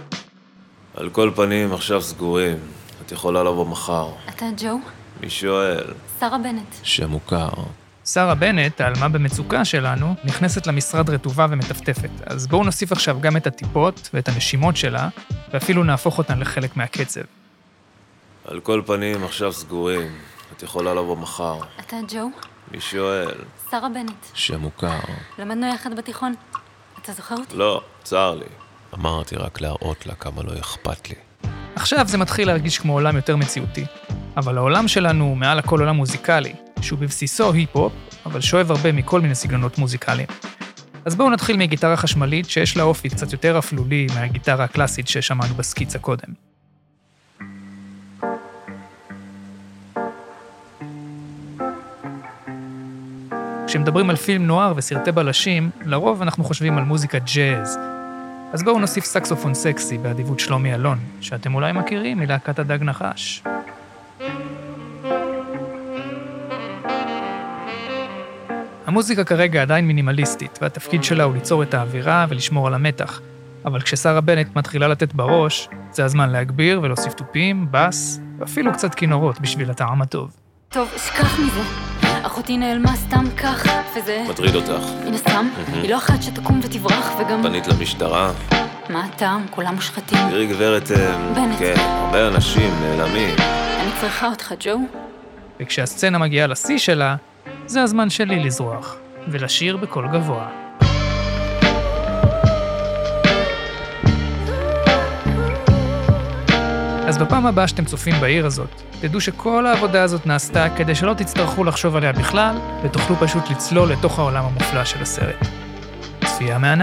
[SPEAKER 3] על כל פנים עכשיו סגורים, את יכולה לבוא מחר.
[SPEAKER 8] אתה ג'ו?
[SPEAKER 3] מי שואל?
[SPEAKER 8] שרה בנט.
[SPEAKER 3] שמוכר.
[SPEAKER 5] שרה בנט, העלמה במצוקה שלנו, נכנסת למשרד רטובה ומטפטפת. אז בואו נוסיף עכשיו גם את הטיפות ואת הנשימות שלה, ואפילו נהפוך אותן לחלק מהקצב.
[SPEAKER 3] על כל פנים עכשיו סגורים, את יכולה לבוא מחר.
[SPEAKER 8] אתה ג'ו?
[SPEAKER 3] מי שואל?
[SPEAKER 8] שרה בנט.
[SPEAKER 3] שמוכר.
[SPEAKER 8] למדנו יחד בתיכון. אתה זוכר אותי?
[SPEAKER 3] לא, צר לי. אמרתי רק להראות לה כמה לא אכפת לי.
[SPEAKER 5] עכשיו זה מתחיל להרגיש כמו עולם יותר מציאותי. אבל העולם שלנו הוא מעל הכל עולם מוזיקלי, שהוא בבסיסו היפ-הופ, אבל שואב הרבה מכל מיני סגנונות מוזיקליים. אז בואו נתחיל מגיטרה חשמלית שיש לה אופי קצת יותר אפלולי מהגיטרה הקלאסית ששמענו בסקיצה קודם. כשמדברים על פילם נוער וסרטי בלשים, לרוב אנחנו חושבים על מוזיקה ג'אז. אז בואו נוסיף סקסופון סקסי באדיבות שלומי אלון, שאתם אולי מכירים מלהקת הדג נחש. המוזיקה כרגע עדיין מינימליסטית, והתפקיד שלה הוא ליצור את האווירה ולשמור על המתח. אבל כששרה בנט מתחילה לתת בראש, זה הזמן להגביר ולהוסיף טופים, בס, ואפילו קצת כינורות בשביל הטעם הטוב.
[SPEAKER 8] טוב, שכח מזה. אחותי נעלמה סתם כך, וזה...
[SPEAKER 3] מטריד אותך.
[SPEAKER 8] מן הסתם, היא לא אחת שתקום ותברח וגם...
[SPEAKER 3] פנית למשטרה.
[SPEAKER 8] מה הטעם? כולם מושחתים.
[SPEAKER 3] תראי גברת...
[SPEAKER 8] בנט.
[SPEAKER 3] כן, הרבה אנשים נעלמים.
[SPEAKER 8] אני צריכה אותך, ג'ו.
[SPEAKER 5] וכשהסצנה מגיעה לשיא שלה, זה הזמן שלי לזרוח, ולשיר בקול גבוה. אז בפעם הבאה שאתם צופים בעיר הזאת, תדעו שכל העבודה הזאת נעשתה כדי שלא תצטרכו לחשוב עליה בכלל, ותוכלו פשוט לצלול לתוך העולם המופלא של הסרט. צפייה מהנה.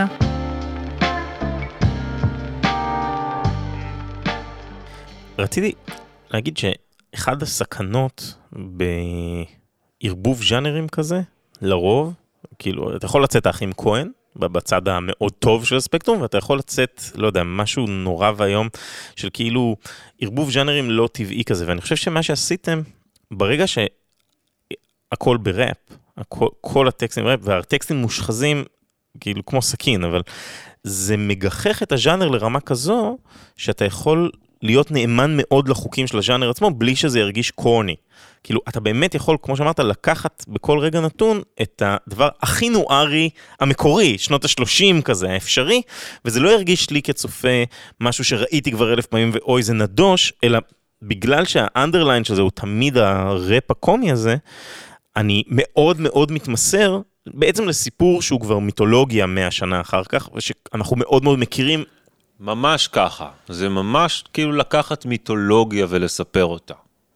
[SPEAKER 1] רציתי להגיד שאחד הסכנות בערבוב ז'אנרים כזה, לרוב, כאילו, אתה יכול לצאת האחים כהן, בצד המאוד טוב של הספקטרום, ואתה יכול לצאת, לא יודע, משהו נורא והיום, של כאילו ערבוב ז'אנרים לא טבעי כזה, ואני חושב שמה שעשיתם, ברגע שהכל בראפ, כל הטקסטים בראפ, והטקסטים מושחזים, כאילו כמו סכין, אבל זה מגחך את הז'אנר לרמה כזו, שאתה יכול להיות נאמן מאוד לחוקים של הז'אנר עצמו, בלי שזה ירגיש קורני. כאילו, אתה באמת יכול, כמו שאמרת, לקחת בכל רגע נתון את הדבר הכי נוארי, המקורי, שנות ה-30 כזה, האפשרי, וזה לא ירגיש לי כצופה משהו שראיתי כבר 1000 פעמים, ואוי, זה נדוש, אלא בגלל שהאנדרליין של זה הוא תמיד הראפ הקומי הזה, אני מאוד מאוד מתמסר, בעצם לסיפור שהוא כבר מיתולוגיה 100 שנה אחר כך, ושאנחנו מאוד מאוד מכירים
[SPEAKER 3] ממש ככה. זה ממש כאילו לקחת מיתולוגיה ולספר אותה.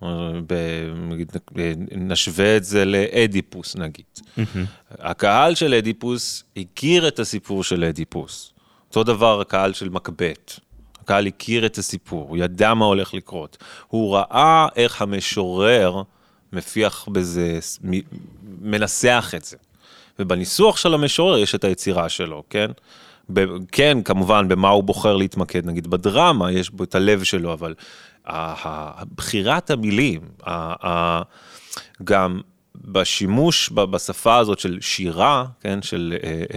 [SPEAKER 3] נשווה את זה לאדיפוס נגיד. הקהל של אדיפוס הכיר את הסיפור של אדיפוס. אותו דבר הקהל של מקבט. הקהל הכיר את הסיפור, הוא ידע מה הולך לקרות. הוא ראה איך המשורר מפיח בזה, מנסח את זה. ובניסוח של המשורר יש את היצירה שלו, כן? כן, כמובן, במה הוא בוחר להתמקד, נגיד בדרמה, יש בו את הלב שלו, אבל בחירת המילים, גם בשימוש בשפה הזאת של שירה, כן, של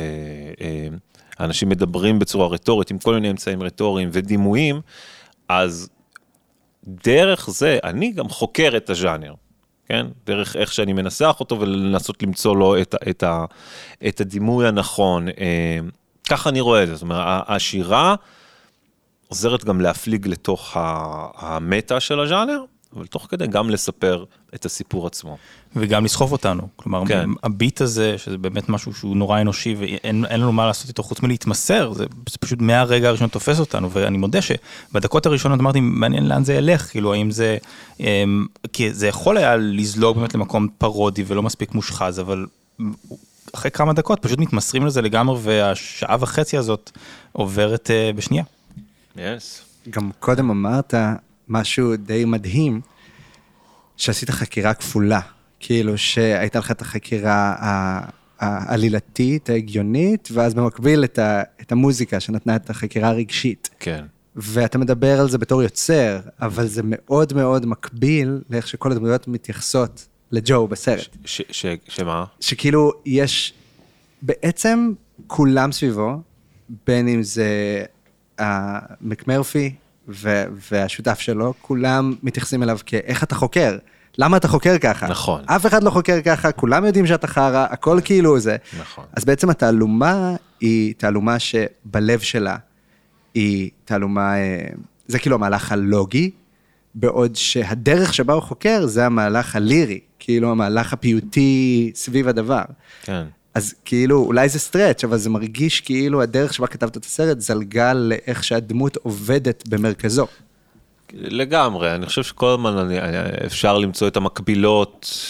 [SPEAKER 3] אנשים מדברים בצורה רטורית, עם כל מיני אמצעים רטוריים ודימויים, אז דרך זה, אני גם חוקר את הז'אנר, כן? דרך איך שאני מנסח אותו, ולנסות למצוא לו את הדימוי הנכון. ככה אני רואה את זה, זאת אומרת, השירה עוזרת גם להפליג לתוך המטה של הז'אנר, אבל תוך כדי גם לספר את הסיפור עצמו.
[SPEAKER 2] וגם לסחוף אותנו. כלומר, כן. הביט הזה, שזה באמת משהו שהוא נורא אנושי, ואין לנו מה לעשות איתו חוץ מלהתמסר, זה פשוט מהרגע הראשון תופס אותנו, ואני מודה שבדקות הראשונות אמרתי, מעניין לאן זה ילך, כאילו, האם זה, כי זה יכול היה לזלוג באמת למקום פרודי ולא מספיק מושחז, אבל אחרי כמה דקות פשוט מתמסרים לזה לגמרי, והשעה וחצי הזאת עוברת בשנייה.
[SPEAKER 4] גם קודם אמרת משהו די מדהים, שעשית חקירה כפולה, כאילו שהייתה לך את החקירה העלילתית, ההגיונית, ואז במקביל את המוזיקה שנתנה את החקירה הרגשית.
[SPEAKER 3] כן.
[SPEAKER 4] ואתה מדבר על זה בתור יוצר, אבל זה מאוד מאוד מקביל לאיך שכל הדמויות מתייחסות לג'ו בסרט.
[SPEAKER 3] שמה?
[SPEAKER 4] שכאילו יש, בעצם כולם סביבו, בין אם זה מקמרפי והשותף שלו, כולם מתייחסים אליו כאיך אתה חוקר, למה אתה חוקר ככה?
[SPEAKER 3] נכון.
[SPEAKER 4] אף אחד לא חוקר ככה, כולם יודעים שאתה חרה, הכל כאילו זה.
[SPEAKER 3] נכון.
[SPEAKER 4] אז בעצם התעלומה היא תעלומה שבלב שלה, היא תעלומה, זה כאילו המהלך הלוגי, בעוד שהדרך שבה הוא חוקר זה המהלך הלירי, כאילו המהלך הפיוטי סביב הדבר.
[SPEAKER 3] כן.
[SPEAKER 4] אז כאילו, אולי זה סטרץ', אבל זה מרגיש כאילו הדרך שבה כתבת את הסרט, זלגה לאיך שהדמות עובדת במרכזו.
[SPEAKER 3] לגמרי, אני חושב שכל הזמן אפשר למצוא את המקבילות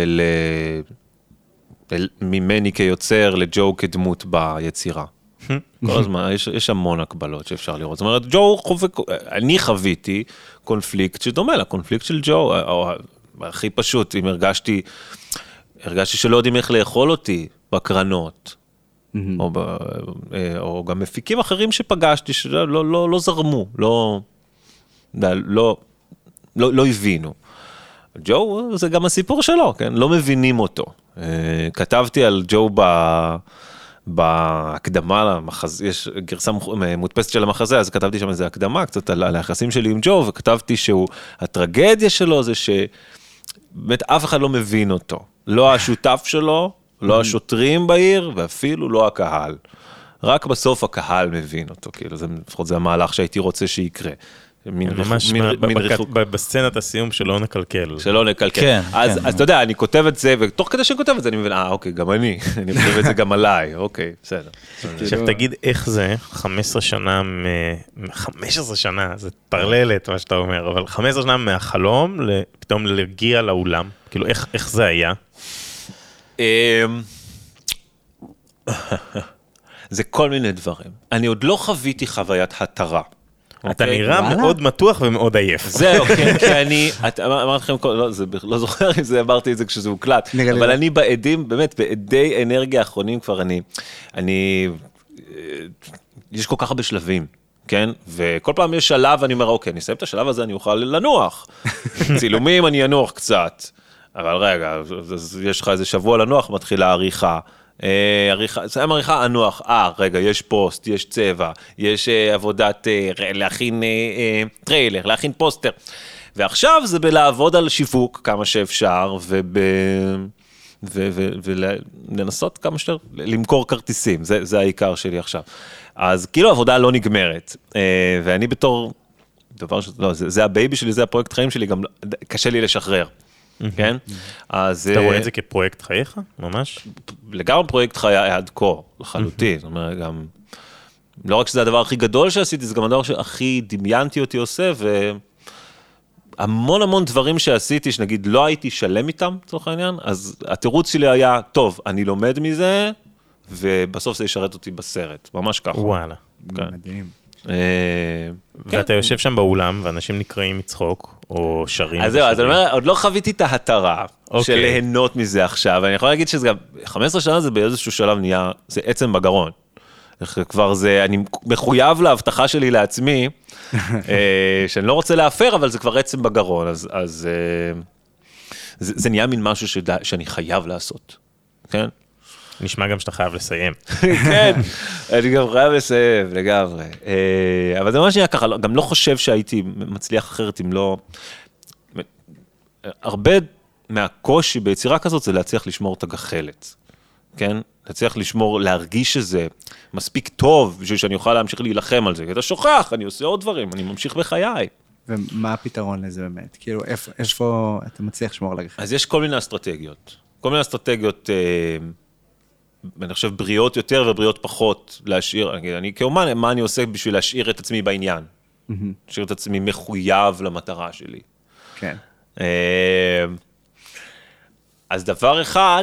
[SPEAKER 3] ממני כיוצר לג'ו כדמות ביצירה. כל הזמן, יש המון הקבלות שאפשר לראות. זאת אומרת, ג'ו אני חוויתי קונפליקט שדומה לקונפליקט של ג'ו, הכי פשוט, אם הרגשתי שלא יודעים איך לאכול אותי בקרנות, או גם מפיקים אחרים שפגשתי, שלא זרמו, לא הבינו. ג'ו זה גם הסיפור שלו, כן? לא מבינים אותו. כתבתי על ג'ו בהקדמה, יש גרסה מודפסת של המחזה, אז כתבתי שם איזו הקדמה, קצת על היחסים שלי עם ג'ו, וכתבתי הטרגדיה שלו זה שבאמת אף אחד לא מבין אותו. לא השותף שלו, לא השוטרים בעיר, ואפילו לא הקהל. רק בסוף הקהל מבין אותו, כאילו, לפחות זה המהלך שהייתי רוצה שיקרה.
[SPEAKER 1] ממש בסצנת הסיום שלא נקלקל.
[SPEAKER 3] שלא נקלקל. אז אתה יודע, אני כותב את זה, ותוך כדי שאני כותב את זה, אני מבין, אוקיי, גם אני כותב את זה גם עליי, אוקיי, בסדר.
[SPEAKER 1] עכשיו תגיד איך זה, 15 שנה, זה תרללת מה שאתה אומר, אבל 15 שנה מהחלום, פתאום להגיע לאולם, כאילו איך זה היה?
[SPEAKER 3] זה כל מיני דברים. אני עוד לא חוויתי חוויית התרה.
[SPEAKER 1] אתה נראה מאוד מתוח ומאוד עייף.
[SPEAKER 3] זהו, כי אני, אמרתי לכם, לא זוכר אם זה, אמרתי את זה כשזה הוקלט, אבל אני בעדים, באמת, בעדי אנרגיה האחרונים כבר יש כל כך הרבה שלבים, כן? וכל פעם יש שלב, אני אומר, אוקיי, אני אסיים את השלב הזה, אני אוכל לנוח. צילומים, אני אנוח קצת. אבל רגע, יש לך איזה שבוע לנוח, מתחילה עריכה. סיים עריכה, הנוח, רגע, יש פוסט, יש צבע, יש עבודת, להכין טריילר, להכין פוסטר. ועכשיו זה בלעבוד על שיווק כמה שאפשר, ולנסות כמה שיותר, למכור כרטיסים, זה העיקר שלי עכשיו. אז כאילו העבודה לא נגמרת, ואני בתור, זה הבייבי שלי, זה הפרויקט חיים שלי, גם קשה לי לשחרר. כן? אז
[SPEAKER 1] אתה רואה את זה כפרויקט חייך? ממש?
[SPEAKER 3] לגמרי פרויקט חיי עד כה, לחלוטין. זאת אומרת, גם לא רק שזה הדבר הכי גדול שעשיתי, זה גם הדבר שהכי דמיינתי אותי עושה, והמון המון דברים שעשיתי, שנגיד לא הייתי שלם איתם, לצורך העניין, אז התירוץ שלי היה, טוב, אני לומד מזה, ובסוף זה ישרת אותי בסרט, ממש ככה.
[SPEAKER 1] וואלה.
[SPEAKER 4] מדהים.
[SPEAKER 1] ואתה יושב שם באולם, ואנשים נקראים מצחוק, או שרים.
[SPEAKER 3] אז זהו, אז אני אומר, עוד לא חוויתי את ההתרה של ליהנות מזה עכשיו, אני יכול להגיד שזה גם, 15 שנה זה באיזשהו שלב נהיה, זה עצם בגרון. כבר זה, אני מחויב להבטחה שלי לעצמי, שאני לא רוצה להפר, אבל זה כבר עצם בגרון, אז זה נהיה מין משהו שאני חייב לעשות, כן?
[SPEAKER 1] נשמע גם שאתה חייב לסיים.
[SPEAKER 3] כן, אני גם חייב לסיים, לגמרי. אבל זה ממש נהיה ככה, גם לא חושב שהייתי מצליח אחרת אם לא... הרבה מהקושי ביצירה כזאת זה להצליח לשמור את הגחלת, כן? להצליח לשמור, להרגיש שזה מספיק טוב, בשביל שאני אוכל להמשיך להילחם על זה, כי אתה שוכח, אני עושה עוד דברים, אני ממשיך בחיי.
[SPEAKER 4] ומה הפתרון לזה באמת? כאילו, איפה אתה מצליח לשמור על הגחלת?
[SPEAKER 3] אז יש כל מיני אסטרטגיות. כל מיני אסטרטגיות... אני חושב בריאות יותר ובריאות פחות להשאיר, אני כאומן, מה אני עושה בשביל להשאיר את עצמי בעניין? להשאיר את עצמי מחויב למטרה שלי.
[SPEAKER 4] כן.
[SPEAKER 3] אז דבר אחד,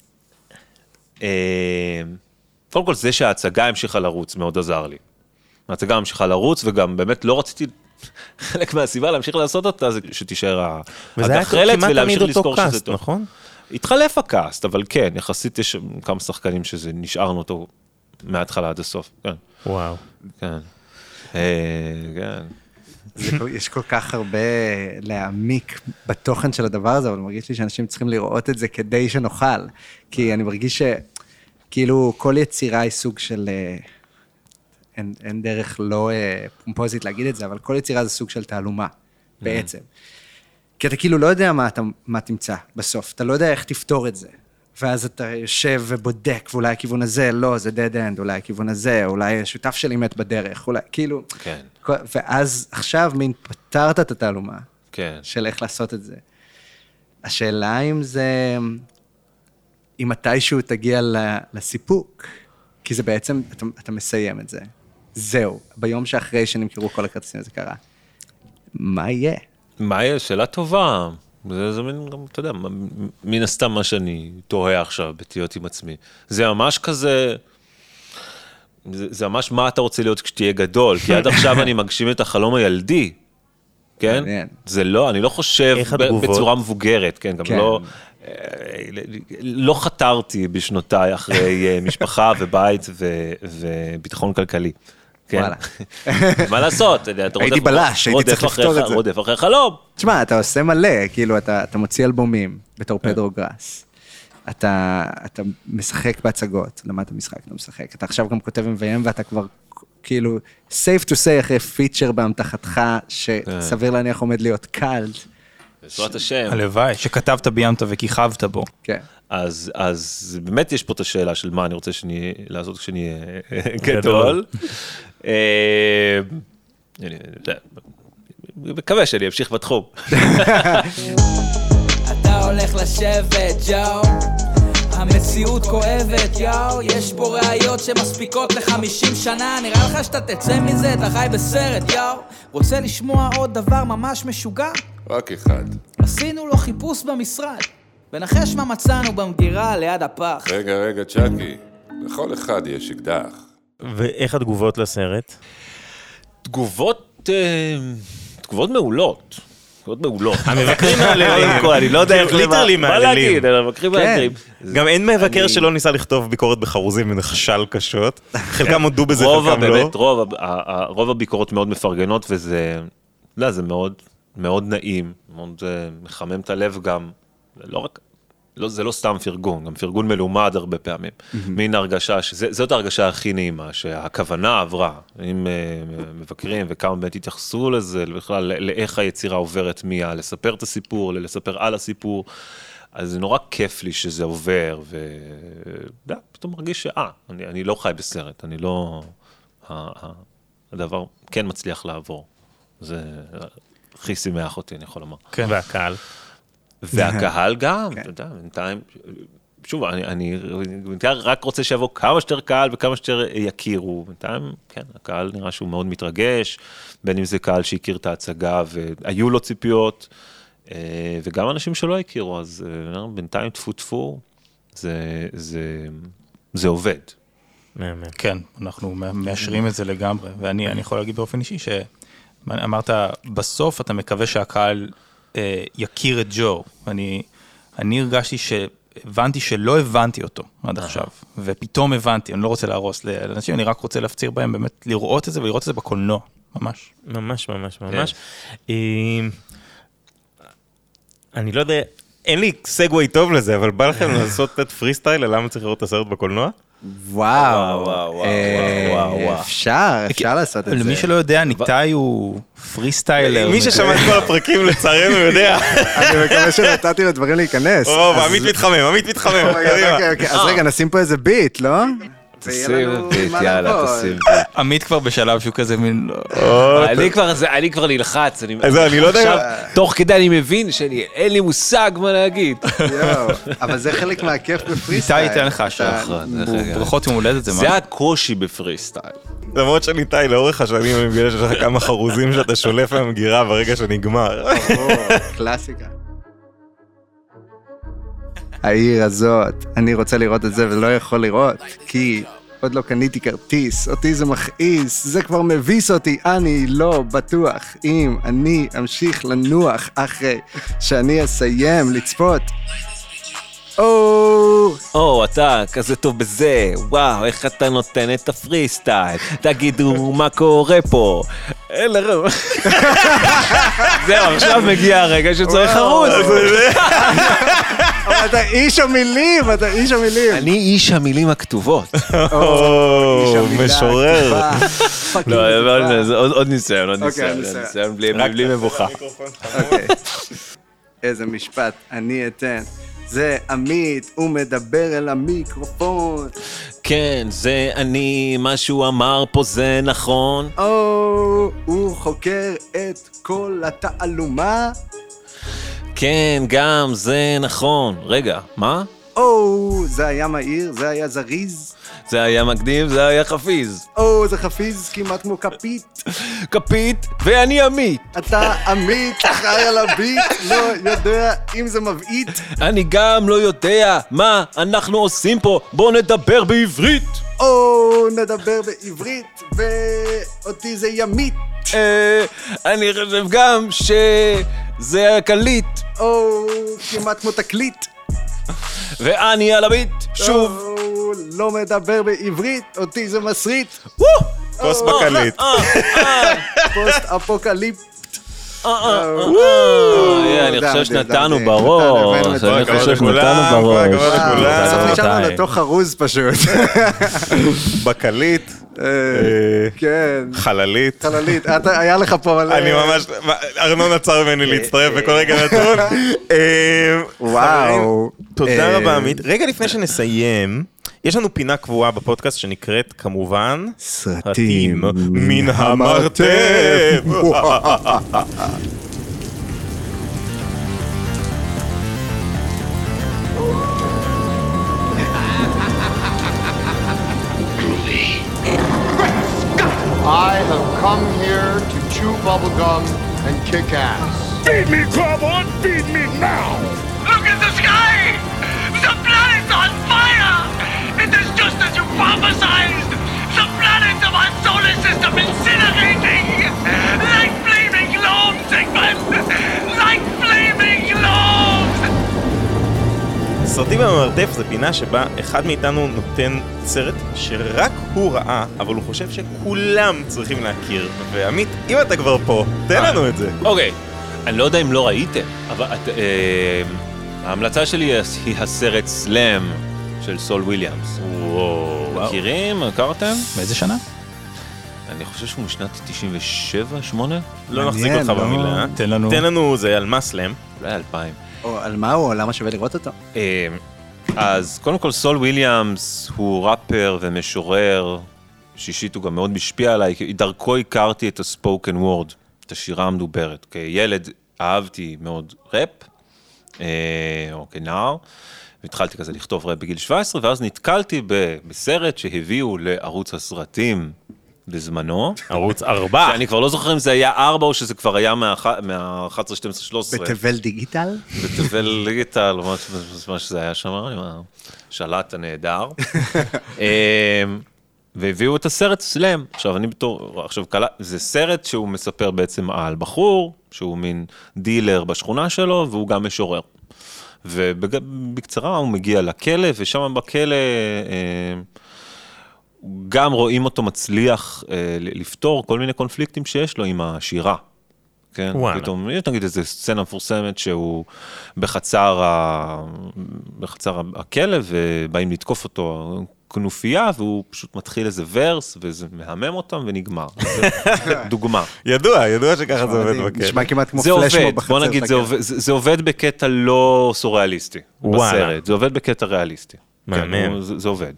[SPEAKER 3] קודם כל זה שההצגה המשיכה לרוץ מאוד עזר לי. ההצגה המשיכה לרוץ וגם באמת לא רציתי, חלק מהסיבה להמשיך לעשות אותה זה שתישאר הגחלת ולהמשיך לזכור שזה טוב.
[SPEAKER 1] נכון?
[SPEAKER 3] התחלף הקאסט, אבל כן, יחסית יש כמה שחקנים שזה נשארנו אותו מההתחלה עד הסוף, כן.
[SPEAKER 1] וואו.
[SPEAKER 3] כן. כן.
[SPEAKER 4] יש כל כך הרבה להעמיק בתוכן של הדבר הזה, אבל מרגיש לי שאנשים צריכים לראות את זה כדי שנוכל, כי אני מרגיש שכאילו כל יצירה היא סוג של, אין דרך לא פומפוזית להגיד את זה, אבל כל יצירה זה סוג של תעלומה, בעצם. כי אתה כאילו לא יודע מה תמצא בסוף, אתה לא יודע איך תפתור את זה. ואז אתה יושב ובודק, ואולי הכיוון הזה, לא, זה dead end, אולי הכיוון הזה, אולי השותף שלי מת בדרך, אולי, כאילו...
[SPEAKER 3] כן.
[SPEAKER 4] ואז עכשיו מין פתרת את התעלומה,
[SPEAKER 3] כן.
[SPEAKER 4] של איך לעשות את זה. השאלה אם זה... אם מתישהו תגיע לסיפוק, כי זה בעצם, אתה מסיים את זה. זהו, ביום שאחרי שנמכרו כל הכרטיסים, זה קרה. מה יהיה?
[SPEAKER 3] מה יהיה? שאלה טובה. זה מין, גם, אתה יודע, מן הסתם מה שאני תוהה עכשיו, בתהיות עם עצמי. זה ממש כזה, זה ממש מה אתה רוצה להיות כשתהיה גדול, כי עד עכשיו אני מגשים את החלום הילדי, כן? זה לא, אני לא חושב בצורה מבוגרת, כן? גם לא חתרתי בשנותיי אחרי משפחה ובית וביטחון כלכלי. וואלה. מה לעשות?
[SPEAKER 4] הייתי בלש, הייתי צריך לפתור את זה.
[SPEAKER 3] רודף אחרי חלום.
[SPEAKER 4] תשמע, אתה עושה מלא, כאילו, אתה מוציא אלבומים בתור פדרו גראס. אתה משחק בהצגות. למה אתה משחק? אתה משחק. אתה עכשיו גם כותב מביים, ואתה כבר, כאילו, safe to say אחרי פיצ'ר באמתחתך, שסביר להניח עומד להיות קל.
[SPEAKER 3] בעזרת השם.
[SPEAKER 2] הלוואי, שכתבת, ביימת וכיכבת בו.
[SPEAKER 4] כן.
[SPEAKER 3] אז באמת יש פה את השאלה של מה אני רוצה לעשות כשאני גדול. מקווה שאני אמשיך בתחום.
[SPEAKER 9] אתה הולך לשבת, ג'או, המציאות כואבת, יאו, יש פה ראיות שמספיקות ל50 שנה, נראה לך שאתה תצא מזה, אתה חי בסרט, יאו. רוצה לשמוע עוד דבר ממש משוגע?
[SPEAKER 7] רק אחד.
[SPEAKER 9] עשינו לו חיפוש במשרד, ונחש מה מצאנו במגירה ליד הפח.
[SPEAKER 7] רגע, צ'אקי, לכל אחד יש אקדח.
[SPEAKER 1] ואיך התגובות לסרט?
[SPEAKER 3] תגובות מעולות. תגובות מעולות.
[SPEAKER 1] המבקרים מהללים.
[SPEAKER 3] אני לא יודע איך
[SPEAKER 1] ליטרלי מהללים.
[SPEAKER 3] המבקרים מהללים.
[SPEAKER 1] גם אין מבקר שלא ניסה לכתוב ביקורת בחרוזים ונכשל קשות. חלקם הודו בזה, חלקם לא.
[SPEAKER 3] באמת, רוב הביקורות מאוד מפרגנות, וזה, לא, זה מאוד נעים, מאוד מחמם את הלב גם, לא רק, זה לא סתם פרגון, גם פרגון מלומד הרבה פעמים. מין הרגשה, זאת ההרגשה הכי נעימה, שהכוונה עברה, אם מבקרים וכמה באמת התייחסו לזה, בכלל לאיך היצירה עוברת לספר את הסיפור, לספר על הסיפור, אז זה נורא כיף לי שזה עובר, פתאום מרגיש אני לא חי בסרט, אני לא, הדבר כן מצליח לעבור. זה הכי שימח אותי, אני יכול לומר.
[SPEAKER 1] כן. והקהל?
[SPEAKER 3] והקהל גם, אתה יודע, בינתיים, שוב, אני רק רוצה שיבוא כמה שיותר קהל וכמה שיותר יכירו. בינתיים, כן, הקהל נראה שהוא מאוד מתרגש, בין אם זה קהל שהכיר את ההצגה והיו לו ציפיות, וגם אנשים שלא הכירו, אז בינתיים טפו, זה עובד.
[SPEAKER 2] כן, אנחנו מאשרים את זה לגמרי, ואני יכול להגיד באופן אישי שאמרת, בסוף אתה מקווה שהקהל יכיר את ג'ו, אני הרגשתי הבנתי שלא הבנתי אותו עד עכשיו, ופתאום הבנתי, אני לא רוצה להרוס לאנשים, אני רק רוצה להפציר בהם באמת לראות את זה, ולראות את זה בקולנוע, ממש.
[SPEAKER 1] ממש. אני לא יודע, אין לי סגווי טוב לזה, אבל בא לכם לעשות את פרי סטייל, למה צריך לראות את הסרט בקולנוע?
[SPEAKER 4] וואו, אפשר לעשות את זה.
[SPEAKER 2] למי שלא יודע, ניתאי הוא פרי סטיילר.
[SPEAKER 1] מי ששמע את כל הפרקים לצערנו יודע.
[SPEAKER 4] אני מקווה שנתתי לדברים להיכנס.
[SPEAKER 1] עמית מתחמם.
[SPEAKER 4] אוקיי, אז רגע, נשים פה איזה ביט, לא?
[SPEAKER 3] תשים ביט, יאללה, תשים ביט.
[SPEAKER 2] עמית כבר בשלב שהוא כזה מין...
[SPEAKER 3] אני כבר נלחץ.
[SPEAKER 1] אז אני לא יודע...
[SPEAKER 3] תוך כדי אני מבין שאין לי מושג מה להגיד.
[SPEAKER 4] אבל זה חלק מהכיף בפריסטייל.
[SPEAKER 2] ניתאי ייתן לך ברכות יום הולדת זה מה?
[SPEAKER 3] זה הקושי בפריסטייל.
[SPEAKER 1] למרות שניתאי, לאורך השנים אני מגלה שיש לך כמה חרוזים שאתה שולף מהמגירה ברגע שנגמר.
[SPEAKER 4] קלאסיקה. העיר הזאת, אני רוצה לראות את זה ולא יכול לראות, כי עוד לא קניתי כרטיס, אותי זה מכעיס, זה כבר מביס אותי, אני לא בטוח אם אני אמשיך לנוח אחרי שאני אסיים לצפות.
[SPEAKER 3] אתה כזה טוב בזה, וואו, איך אתה נותן את הפרי סטייל, תגידו מה קורה פה. זהו, עכשיו מגיע הרגע שצריך חרוז.
[SPEAKER 4] אבל אתה איש המילים.
[SPEAKER 3] אני איש המילים הכתובות.
[SPEAKER 1] משורר.
[SPEAKER 3] עוד ניסיון, בלי מבוכה.
[SPEAKER 4] איזה משפט אני אתן. זה עמית, הוא מדבר אל המיקרופון.
[SPEAKER 3] כן, זה אני, מה שהוא אמר פה זה נכון.
[SPEAKER 4] הוא חוקר את כל התעלומה.
[SPEAKER 3] כן, גם זה נכון. רגע, מה?
[SPEAKER 4] זה היה מהיר, זה היה זריז.
[SPEAKER 3] זה היה מקדים, זה היה חפיז.
[SPEAKER 4] זה חפיז כמעט כמו
[SPEAKER 3] כפית, ואני עמית.
[SPEAKER 4] אתה עמית, אחראי על הביט, לא יודע אם זה מבעית.
[SPEAKER 3] אני גם לא יודע מה אנחנו עושים פה, בוא נדבר בעברית.
[SPEAKER 4] נדבר בעברית, ואותי זה ימית.
[SPEAKER 3] אני חושב גם שזה הקליט.
[SPEAKER 4] כמעט כמו תקליט.
[SPEAKER 3] ואני על הביט, שוב.
[SPEAKER 4] לא מדבר בעברית, אותי זה מסריט.
[SPEAKER 1] פוסט בקליט.
[SPEAKER 4] פוסט אפוקליפט.
[SPEAKER 3] אני חושב שנתנו בראש.
[SPEAKER 4] בסוף נשארנו לתוך חרוז פשוט.
[SPEAKER 1] בקליט.
[SPEAKER 4] כן.
[SPEAKER 1] חללית.
[SPEAKER 4] היה לך פה...
[SPEAKER 1] אני ממש... ארנון עצר ממני להצטרף בכל רגע נתון.
[SPEAKER 4] וואו.
[SPEAKER 1] תודה רבה עמית. רגע לפני שנסיים, יש לנו פינה קבועה בפודקאסט שנקראת כמובן
[SPEAKER 4] סרטים
[SPEAKER 1] מן המרתף.
[SPEAKER 10] I have come here to chew bubblegum and kick ass.
[SPEAKER 11] Feed me, Carbon! Feed me now! Look at the sky! The planet's on fire! It is just as you prophesied! The planets of our solar system incinerating! Like flaming globes, Sigmund! Like flaming globes!
[SPEAKER 1] סרטים במרתף זה פינה שבה אחד מאיתנו נותן סרט שרק הוא ראה, אבל הוא חושב שכולם צריכים להכיר. ועמית, אם אתה כבר פה, תן לנו את זה.
[SPEAKER 3] אוקיי, אני לא יודע אם לא ראיתם, אבל ההמלצה שלי היא הסרט סלאם של סול וויליאמס. מכירים? הכרתם?
[SPEAKER 2] באיזה שנה?
[SPEAKER 3] אני חושב שהוא משנת 97-8.
[SPEAKER 1] לא נחזיק אותך במילה. תן לנו, זה על מה סלאם?
[SPEAKER 3] אולי 2000.
[SPEAKER 4] על מה הוא? למה שווה לראות אותו?
[SPEAKER 3] אז קודם כל סול וויליאמס הוא ראפר ומשורר, שישית הוא גם מאוד משפיע עליי, דרכו הכרתי את הספוקן וורד, את השירה המדוברת. כילד אהבתי מאוד ראפ, או כנער, והתחלתי כזה לכתוב ראפ בגיל 17, ואז נתקלתי בסרט שהביאו לערוץ הסרטים בזמנו.
[SPEAKER 1] ערוץ 4.
[SPEAKER 3] שאני כבר לא זוכר אם זה היה 4 או שזה כבר היה מה-11, 12, 13.
[SPEAKER 4] בתבל דיגיטל?
[SPEAKER 3] בתבל דיגיטל, מה שזה היה שם, עם השלט הנהדר. והביאו את הסרט סלם. עכשיו, זה סרט שהוא מספר בעצם על בחור, שהוא מין דילר בשכונה שלו, והוא גם משורר. ובקצרה הוא מגיע לכלא, ושם בכלא גם רואים אותו מצליח לפתור כל מיני קונפליקטים שיש לו עם השירה. כן? פתאום, יש נגיד איזו סצנה מפורסמת שהוא בחצר הכלא, ובאים לתקוף אותו כנופיה, והוא פשוט מתחיל איזה ורס, וזה מהמם אותם ונגמר. דוגמה.
[SPEAKER 1] ידוע שככה זה עובד בכלא.
[SPEAKER 4] נשמע כמעט כמו פלשמו בחצר.
[SPEAKER 3] בוא נגיד, זה עובד בקטע לא סוריאליסטי בסרט, זה עובד בקטע ריאליסטי.
[SPEAKER 1] מהמם.
[SPEAKER 3] זה עובד.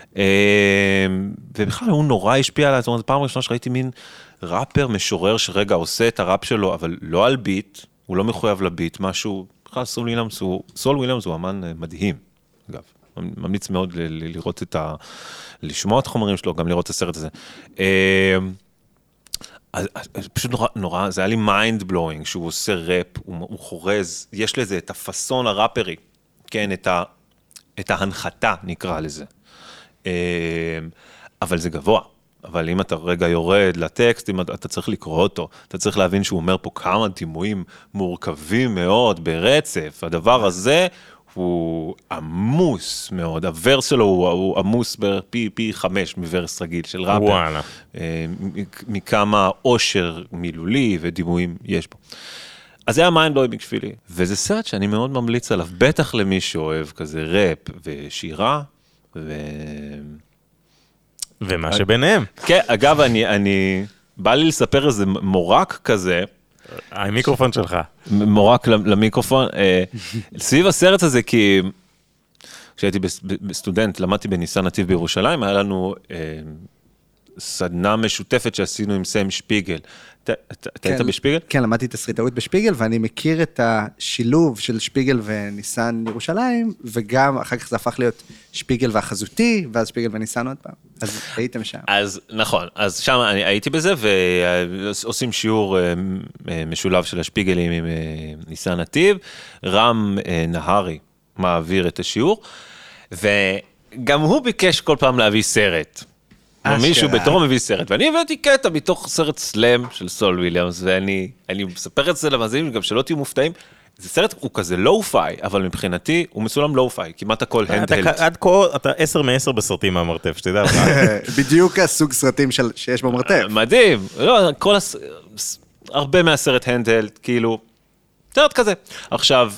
[SPEAKER 3] ובכלל הוא נורא השפיע עליי, זאת אומרת, פעם ראשונה שראיתי מין ראפר משורר שרגע עושה את הראפ שלו, אבל לא על ביט, הוא לא מחויב לביט, משהו, בכלל סול וויליאמס הוא אמן מדהים, אגב. ממליץ מאוד לראות לשמוע את החומרים שלו, גם לראות את הסרט הזה. פשוט נורא, זה היה לי mind blowing, שהוא עושה ראפ, הוא חורז, יש לזה את הפסון הראפרי, כן, את ההנחתה נקרא לזה. אבל זה גבוה. אבל אם אתה רגע יורד לטקסט, אם אתה צריך לקרוא אותו, אתה צריך להבין שהוא אומר פה כמה דימויים מורכבים מאוד ברצף. הדבר הזה הוא עמוס מאוד, הוורס שלו הוא עמוס פי 5 מוורס רגיל של ראפר.
[SPEAKER 1] וואלה.
[SPEAKER 3] מכמה עושר מילולי ודימויים יש פה. אז זה היה מיינד בלואינג בשבילי, וזה סרט שאני מאוד ממליץ עליו, בטח למי שאוהב כזה ראפ ושירה,
[SPEAKER 1] ומה שביניהם.
[SPEAKER 3] כן, אגב, בא לי לספר איזה מורק כזה,
[SPEAKER 1] המיקרופון שלך.
[SPEAKER 3] מורק למיקרופון. סביב הסרט הזה, כי כשהייתי בסטודנט, למדתי בניסן נתיב בירושלים, היה לנו סדנה משותפת שעשינו עם סם שפיגל. אתה היית בשפיגל?
[SPEAKER 4] כן, למדתי תסריטאות בשפיגל, ואני מכיר את השילוב של שפיגל וניסן ירושלים, וגם אחר כך זה הפך להיות שפיגל והחזותי, ואז שפיגל וניסן עוד פעם. אז הייתם שם.
[SPEAKER 3] אז נכון, אז שם אני הייתי בזה, ועושים שיעור משולב של השפיגלים עם ניסן נתיב, רם נהרי מעביר את השיעור, וגם הוא ביקש כל פעם להביא סרט. מישהו בתור מביא סרט, ואני הבאתי קטע מתוך סרט סלם של סול וויליאמס, ואני מספר את זה למאזינים, גם שלא תהיו מופתעים, זה סרט, הוא כזה לואו-פיי, אבל מבחינתי הוא מצולם לואו-פיי, כמעט הכל הנדהלד.
[SPEAKER 1] עד כה אתה 10 מ-10 בסרטים מהמרתף, שתדע לך.
[SPEAKER 4] בדיוק הסוג סרטים שיש במרתף.
[SPEAKER 3] מדהים, הרבה מהסרט הנדהלד, כאילו, סרט כזה. עכשיו,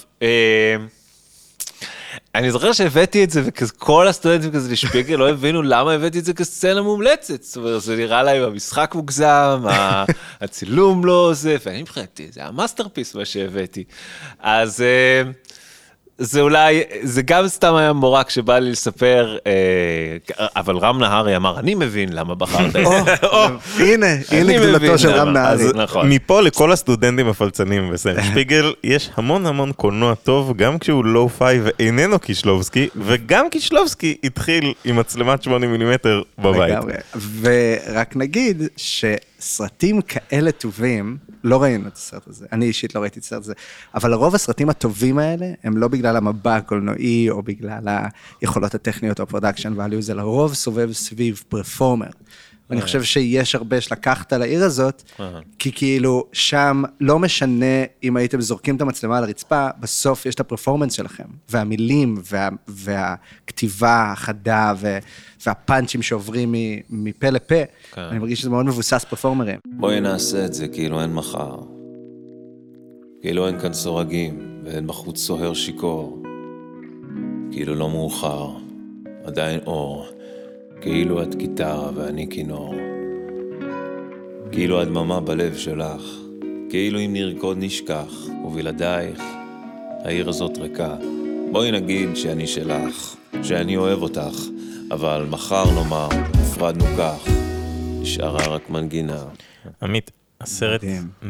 [SPEAKER 3] אני זוכר שהבאתי את זה, וכל הסטודנטים כזה לשפיגל לא הבינו למה הבאתי את זה כסצנה מומלצת. זאת אומרת, זה נראה להם המשחק מוגזם, הצילום לא זה, ואני מבחינתי, זה המאסטרפיס מה שהבאתי. אז זה אולי, זה גם סתם היה מורק שבא לי לספר, אבל רם נהרי אמר, אני מבין למה בחרת.
[SPEAKER 4] הנה גדולתו של רם נהרי.
[SPEAKER 1] מפה לכל הסטודנטים הפלצנים בסן שפיגל, יש המון המון קולנוע טוב, גם כשהוא לואו-פיי ואיננו קישלובסקי, וגם קישלובסקי התחיל עם מצלמת 8 מילימטר בבית.
[SPEAKER 4] ורק נגיד שסרטים כאלה טובים, לא ראינו את הסרט הזה, אני אישית לא ראיתי את הסרט הזה, אבל לרוב הסרטים הטובים האלה, הם לא בגלל המבע הקולנועי, או בגלל היכולות הטכניות או פרודקשן ואליו, זה לרוב סובב סביב פרפורמר. ואני חושב שיש הרבה שלקחת לעיר הזאת, כי כאילו שם לא משנה אם הייתם זורקים את המצלמה על הרצפה, בסוף יש את הפרפורמנס שלכם, והמילים והכתיבה החדה והפאנצ'ים שעוברים מפה לפה, אני מרגיש שזה מאוד מבוסס פרפורמרים.
[SPEAKER 3] בואי נעשה את זה כאילו אין מחר. כאילו אין כאן סורגים, ואין בחוץ סוהר שיקור. כאילו לא מאוחר, עדיין אור. כאילו את גיטרה ואני כינור. כאילו הדממה בלב שלך. כאילו אם נרקוד נשכח, ובלעדייך, העיר הזאת ריקה. בואי נגיד שאני שלך, שאני אוהב אותך, אבל מחר נאמר, נפרדנו כך, נשארה רק מנגינה.
[SPEAKER 1] עמית, הסרט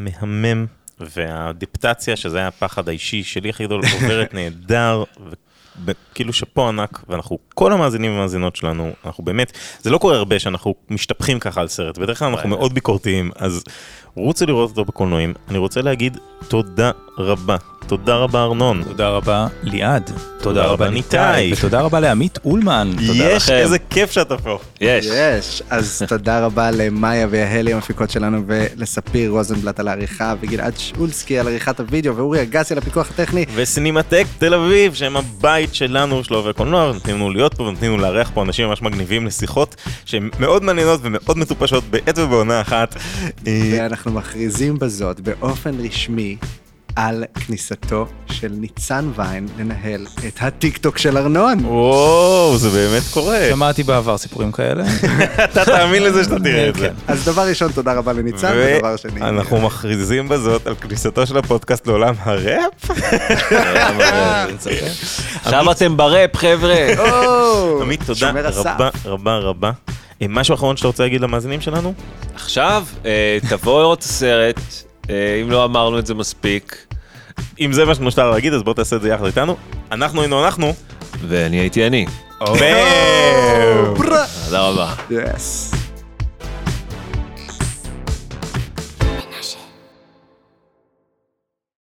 [SPEAKER 1] מהמם, והדיפטציה, שזה היה הפחד האישי שלי הכי גדול, עוברת נהדר, כאילו שפה ענק, ואנחנו, כל המאזינים ומאזינות שלנו, אנחנו באמת, זה לא קורה הרבה שאנחנו משתפכים ככה על סרט, בדרך כלל אנחנו מאוד ביקורתיים, אז רוצו לראות אותו בקולנועים. אני רוצה להגיד תודה רבה. תודה רבה ארנון.
[SPEAKER 2] תודה רבה ליעד.
[SPEAKER 1] תודה רבה ניתאי.
[SPEAKER 2] ותודה רבה לעמית אולמן.
[SPEAKER 1] יש, איזה כיף שאתה פה.
[SPEAKER 4] יש. אז תודה רבה למאיה ויהלי המפיקות שלנו, ולספיר רוזנבלט על העריכה, וגלעד שולסקי על עריכת הוידאו, ואורי אגסי על הפיקוח הטכני.
[SPEAKER 1] וסינמטק תל אביב, שהם הבית שלנו, של אוהבי קולנוע, ונותנים לנו להיות פה, ונותנים לנו לארח פה אנשים ממש מגניבים לשיחות, שהן מאוד מעניינות ומאוד מטופשות בעת ובעונה אחת.
[SPEAKER 4] ואנחנו מכריזים בזאת באופן רשמי, על כניסתו של ניצן ויין לנהל את הטיקטוק של ארנון.
[SPEAKER 1] וואו, זה באמת קורה.
[SPEAKER 2] שמעתי בעבר סיפורים כאלה.
[SPEAKER 1] אתה תאמין לזה שאתה תראה את זה.
[SPEAKER 4] אז דבר ראשון, תודה רבה לניצן, ודבר שני.
[SPEAKER 1] אנחנו מכריזים בזאת על כניסתו של הפודקאסט לעולם הראפ.
[SPEAKER 3] עכשיו אתם בראפ, חבר'ה.
[SPEAKER 1] עמית, תודה רבה רבה רבה. משהו אחרון שאתה רוצה להגיד למאזינים שלנו?
[SPEAKER 3] עכשיו, תבואו לראות את הסרט. אם לא אמרנו את זה מספיק.
[SPEAKER 1] אם זה מה שנושטר להגיד, אז בוא תעשה את זה יחד איתנו. אנחנו היינו אנחנו.
[SPEAKER 3] ואני הייתי אני.
[SPEAKER 1] תודה
[SPEAKER 3] רבה.
[SPEAKER 4] Yes.